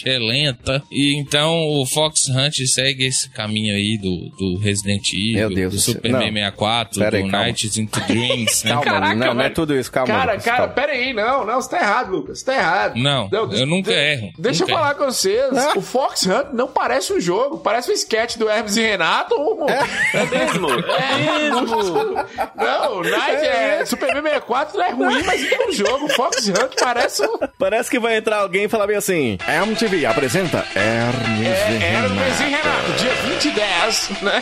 lenta. E então o Fox Hunt segue esse caminho aí do, do Resident Evil, Meu Deus do do céu. Superman Não. sessenta e quatro, Pera do aí, calma. Nights into Dreams, né? Calma, Caraca, não, não é velho. tudo isso, calma. Cara, Lucas, cara, calma. pera aí, não, não, você tá errado, Lucas, você tá errado. Não, eu nunca erro, Deixa nunca eu falar com vocês, Ah. o Fox Hunt não parece um jogo, parece um sketch do Hermes e Renato. Um... É mesmo? É mesmo. Não, Night é, Superman sessenta e quatro é ruim, mas é um jogo, Fox Hunt parece um... Parece que vai entrar alguém e falar bem assim, M T V apresenta Hermes e É, Hermes e Renato. Renato, dia vinte e dez, né?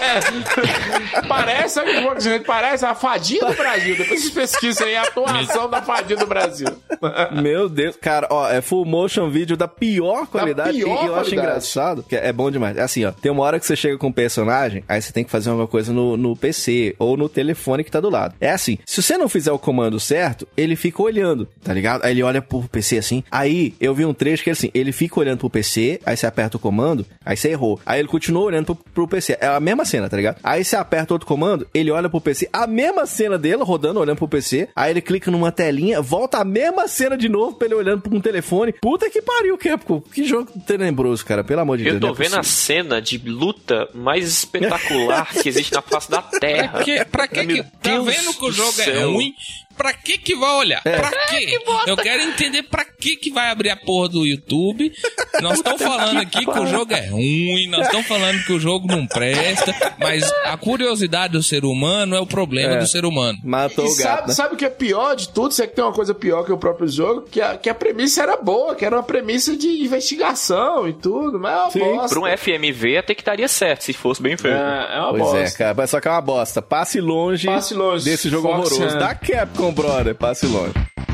Parece, sabe o que o Fox Hunt parece? A fadinha do Brasil. Depois vocês pesquisam aí a atuação da fadinha do Brasil. Meu Deus, cara, ó, é full motion video da pior qualidade. pior e eu acho qualidade. engraçado, que é bom demais. É assim, ó, tem uma hora que você chega com um personagem, aí você tem que fazer alguma coisa no, no P C ou no telefone que tá do lado. É assim, se você não fizer o comando certo, ele fica olhando, tá ligado? Aí ele olha pro P C assim. Aí eu vi um trecho que assim, ele fica olhando pro P C, aí você aperta o comando, aí você errou. Aí ele continua olhando pro, pro P C. É a mesma cena, tá ligado? Aí você aperta outro comando, ele olha pro P C, a mesma cena dele rodando, olhando pro P C. Aí ele clica numa telinha, volta a mesma cena de novo pra ele olhando pra um telefone. Puta que pariu, Capcom. Que jogo tenebroso, cara. Pelo amor de Deus. Eu tô não é vendo a possível. cena de luta mais espetacular que existe na face da Terra. Pra que, pra que, Meu que tá Deus vendo que o do jogo é céu. ruim? Pra que que vai olhar? É. Pra quê? Eu quero entender pra que que vai abrir a porra do YouTube. Nós estamos falando aqui que o jogo é ruim, nós estamos falando que o jogo não presta, mas a curiosidade do ser humano é o problema É. do ser humano. Matou E o gato, sabe, né? sabe o que é pior de tudo? Será que tem uma coisa pior que o próprio jogo? Que a, que a premissa era boa, que era uma premissa de investigação e tudo, mas é uma Sim. bosta. Pra um F M V até que estaria certo, se fosse bem feito. É, é uma Pois bosta. é, cara. Mas só que é uma bosta. Passe longe, Passe longe. desse jogo Fox horroroso. Hunt. Da Capcom, brother. Passe longe.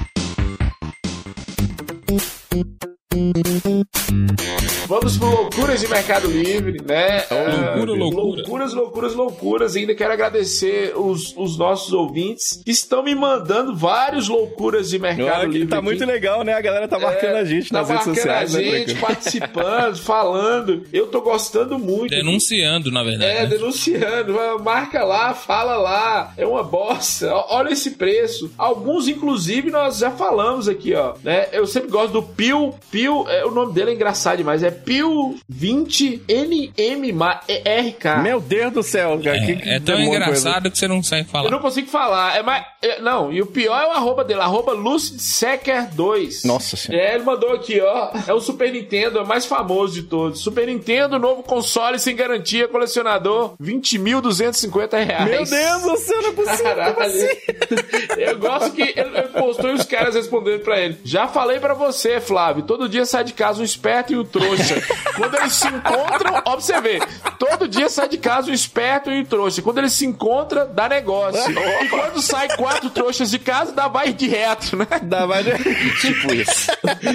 Vamos pro Loucuras de Mercado Livre, né? Ah, loucura, loucura. Loucuras, loucuras, loucuras. Ainda quero agradecer os, os nossos ouvintes que estão me mandando vários loucuras de Mercado Olha que Livre. tá aqui. muito legal, né? A galera tá marcando É, a gente tá nas redes marcando sociais, a né, gente, Franco? participando, falando. Eu tô gostando muito. Denunciando, na verdade. É, né? denunciando. Marca lá, fala lá. É uma bosta. Ó, olha esse preço. Alguns, inclusive, nós já falamos aqui, ó. Né? Eu sempre gosto do Pio. Pio, é, o nome dele é engraçado demais. É Pio vinte N M R K. Meu Deus do céu, cara. que, que É, é tão demônio engraçado que você não sabe Eu falar. não consigo falar. É mais, é, não, e o pior é o arroba dele, arroba LucidSecker dois. Nossa senhora. É, ele mandou aqui, ó. É o Super Nintendo, é o mais famoso de todos. Super Nintendo, novo console sem garantia, colecionador, vinte mil duzentos e cinquenta reais. Meu Deus do céu, não é possível. Caralho. Como assim? Eu gosto que ele ele postou e os caras responderam pra ele. Já falei pra você, Flávio. Todo dia sai de casa um esperto e um trouxa. Quando eles se encontram, ó, pra você ver, todo dia sai de casa um esperto e um trouxa. Quando eles se encontram, dá negócio. E quando sai quatro trouxas de casa, dá vai direto, né? Dá vai direto. Tipo isso.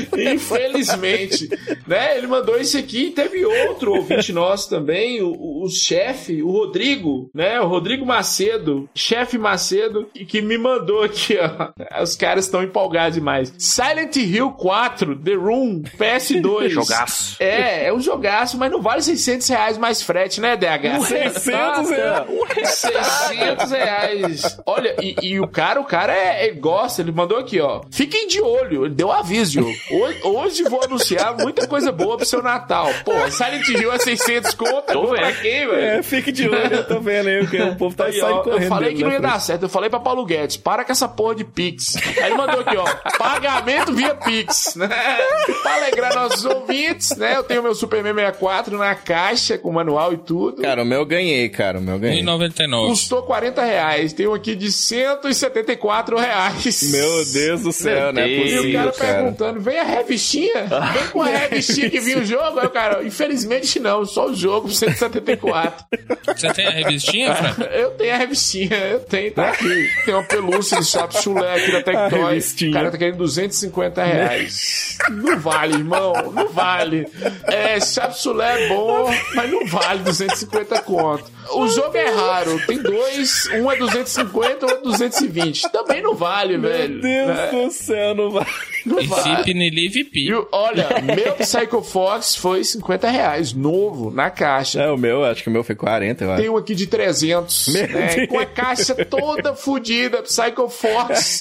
Infelizmente, né? Ele mandou isso aqui e teve outro ouvinte nosso também, o, o, o chefe, o Rodrigo, né? O Rodrigo Macedo, chefe Macedo, que, que me mandou aqui, ó. Os caras estão empolgados demais. Silent Hill quatro, The Room, P S dois. Jogaço. É, é um jogaço, mas não vale seiscentos reais mais frete, né, D H? seiscentos reais. seiscentos reais. Olha, e, e o cara, o cara é, ele gosta, ele mandou aqui, ó. Fiquem de olho, ele deu aviso, Diogo. Hoje, hoje vou anunciar muita coisa boa pro seu Natal. Pô, Silent Hill é seiscentos conto, tô pra quem, velho? É, fique de olho, eu tô vendo aí, porque o povo tá aí, saindo ó, correndo. Eu falei que não ia frente. dar certo, eu falei pra Paulo Guedes, para com essa porra de Pix. Aí ele mandou aqui, ó, pagamento via Pix, né? Pra alegrar nossos ouvintes, né? Eu tenho meu Superman sessenta e quatro na caixa, com manual e tudo. Cara, o meu eu ganhei, cara, o meu eu um ganhei. e noventa e nove. Custou quarenta reais. Tem um aqui de cento e setenta e quatro reais. Meu Deus do céu, né? E o cara perguntando, vem a revistinha? Vem com a revistinha que vinha o jogo? Aí o cara, infelizmente não, só o jogo por cento e setenta e quatro. Você tem a revistinha, Frank? Eu tenho a revistinha, eu tenho, tá aqui. Tem uma pelúcia de Chapo Chulé aqui da Tectoy. O cara tá querendo duzentos e cinquenta reais. Não vale, irmão, não vale. É, Chapo Chulé é bom, mas não vale duzentos e cinquenta conto. O jogo é raro, tem dois, um é duzentos e cinquenta, outro é duzentos e vinte. Também não vale, velho. Meu Deus né? do céu, não vale. Não E vale. Fip Nilive Pi. E o- olha, meu Psycho Fox foi cinquenta reais, novo, na caixa. É, o meu, acho que o meu foi quarenta, eu acho. Tem um aqui de trezentos, Meu né, Deus. com a caixa toda fodida, Psycho Fox.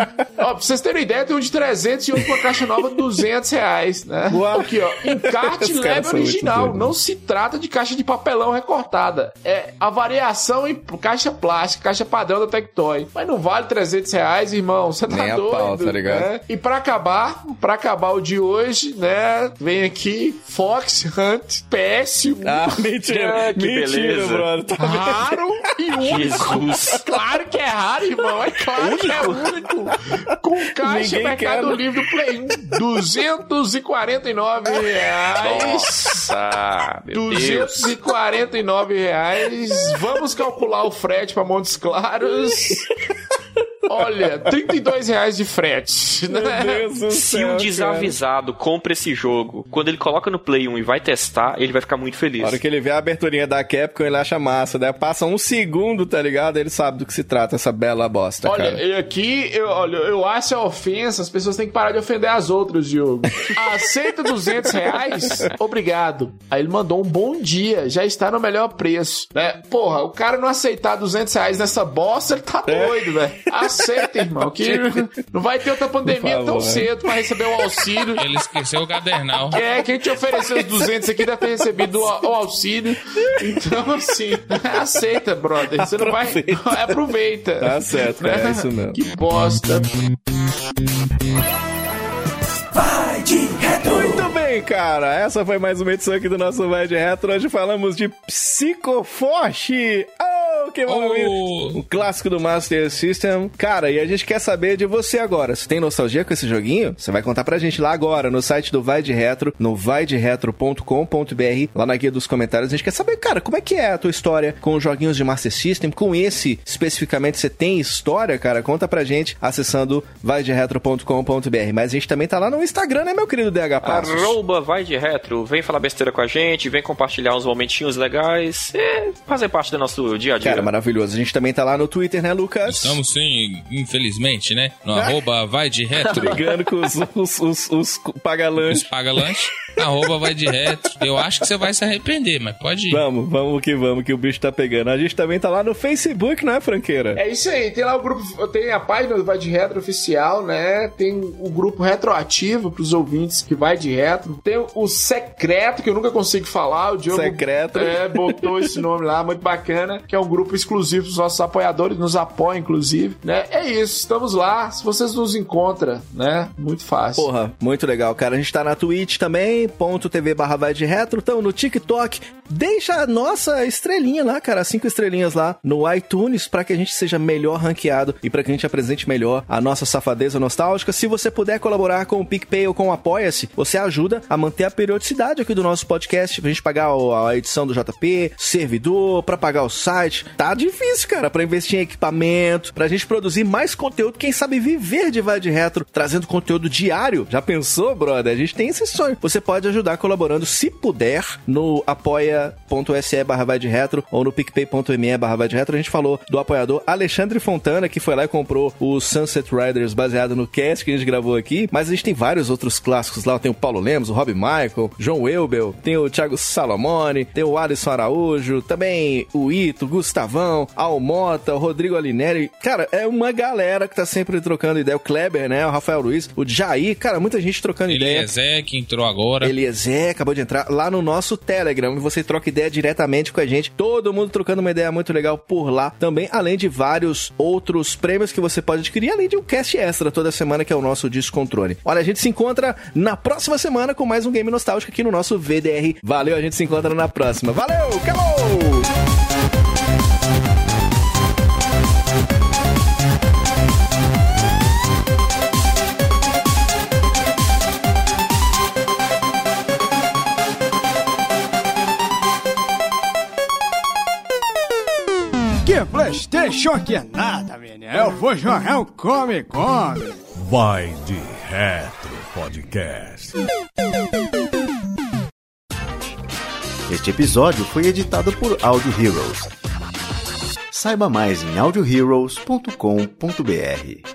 Ó, pra vocês terem ideia, tem um de trezentos e outro com a caixa nova de duzentos reais, né? Uau. Aqui, ó, encarte Os caras leve são muito original, doidos. não se trata de caixa de papelão recortada. É a variação em caixa plástica, caixa padrão da Tectoy. Mas não vale trezentos reais, irmão, você tá Nem a doido. pau, tá ligado? Né? E pra acabar, pra acabar o de hoje, né, vem aqui Fox Hunt P S um. Ah, mentira. Ah, que mentira, beleza. brother. Tá vendo? Raro e único. Jesus. Claro que é raro, irmão. É claro que é único. Com caixa Ninguém Mercado quer, né? Livre do Play um. duzentos e quarenta e nove reais. Nossa, meu duzentos e quarenta e nove reais. Vamos calcular o frete para Montes Claros. Olha, trinta e dois reais de frete. Meu Né? Deus do Se céu, um cara. desavisado compra esse jogo, quando ele coloca no Play um e vai testar, ele vai ficar muito feliz. Na hora que ele vê a aberturinha da Capcom, ele acha massa. Daí passa um segundo, tá ligado? Ele sabe do que se trata essa bela bosta, Olha, cara. e aqui, eu, olha, eu acho a ofensa, as pessoas têm que parar de ofender as outras, Diogo. Aceita duzentos reais? Obrigado. Aí ele mandou um bom dia, já está no melhor preço, né? Porra, o cara não aceitar duzentos reais nessa bosta, ele tá doido, velho. Aceita, irmão, que não vai ter outra pandemia Por tão favor. cedo pra receber o auxílio. Ele esqueceu o cadernal. É, quem te ofereceu os duzentos aqui deve ter recebido o, o auxílio. Então, assim, aceita, brother. Você não vai... Aproveita. Tá certo, cara, é isso mesmo. Que bosta. Muito bem, cara. Essa foi mais uma edição aqui do nosso Vai de Retro. Hoje falamos de Psychoforce. Oh, que maravilha. Oh. Um clássico do Master System. Cara, e a gente quer saber de você agora. Você tem nostalgia com esse joguinho? Você vai contar pra gente lá agora no site do Vai de Retro, no vai de retro ponto com ponto b r, lá na guia dos comentários. A gente quer saber, cara, como é que é a tua história com os joguinhos de Master System? Com esse, especificamente, você tem história, cara? Conta pra gente acessando vai de retro ponto com ponto b r. Mas a gente também tá lá no Instagram, né, meu querido D H Passos? Arroba vai de retro, vem falar besteira com a gente, vem compartilhar uns momentinhos legais, é, fazer parte do nosso dia a dia. Cara, maravilhoso. A gente também tá lá no Twitter, né, Lucas? Estamos sim, infelizmente, né? No arroba vai de retro. Brigando com os, os, os, os Os pagalanches. paga lanche. Arroba vai de retro. Eu acho que você vai se arrepender, mas pode ir. Vamos, vamos que vamos, que o bicho tá pegando. A gente também tá lá no Facebook, não é, Franqueira? É isso aí, tem lá o grupo, tem a página do Vai de Retro oficial, né? Tem o grupo retroativo pros ouvintes que vai de retro. Tem o secreto, que eu nunca consigo falar, o Diogo Secreto. é, botou esse nome lá, muito bacana, que é um grupo grupo exclusivo para os nossos apoiadores, nos apoia, inclusive, né? É isso, estamos lá. Se vocês nos encontram, né? Muito fácil. Porra, muito legal, cara. A gente tá na Twitch também, ponto tv barra vai de retro, então no TikTok. Deixa a nossa estrelinha lá, cara, cinco estrelinhas lá no iTunes pra que a gente seja melhor ranqueado e pra que a gente apresente melhor a nossa safadeza nostálgica. Se você puder colaborar com o PicPay ou com o Apoia-se, você ajuda a manter a periodicidade aqui do nosso podcast, pra gente pagar a edição do J P, servidor, pra pagar o site. Tá difícil, cara, pra investir em equipamento, pra gente produzir mais conteúdo, quem sabe viver de Vai de Retro, trazendo conteúdo diário. Já pensou, brother? A gente tem esse sonho. Você pode ajudar colaborando, se puder, no apoia.se barra vai de retro ou no picpay.me barra vai de retro. A gente falou do apoiador Alexandre Fontana, que foi lá e comprou o Sunset Riders baseado no cast que a gente gravou aqui, mas a gente tem vários outros clássicos lá. Tem o Paulo Lemos, o Rob Michael, João Welbel, tem o Thiago Salomone, tem o Alisson Araújo, também o Ito, Gustavão, Almota, o Rodrigo Alinelli. Cara, é uma galera que tá sempre trocando ideia. O Kleber, né? O Rafael Luiz, o Jair, cara, muita gente trocando ideia. Eliezer, que entrou agora. Eliezer, acabou de entrar lá no nosso Telegram, e você troca ideia diretamente com a gente. Todo mundo trocando uma ideia muito legal por lá também, além de vários outros prêmios que você pode adquirir, além de um cast extra toda semana, que é o nosso Descontrole. Olha, a gente se encontra na próxima semana com mais um Game Nostálgico aqui no nosso V D R. Valeu, a gente se encontra na próxima. Valeu, acabou! Que PlayStation que é nada, menino. Eu vou jogar um Come Come. Vai de Retro Podcast. Este episódio foi editado por Audio Heroes. Saiba mais em audio heroes ponto com ponto b r.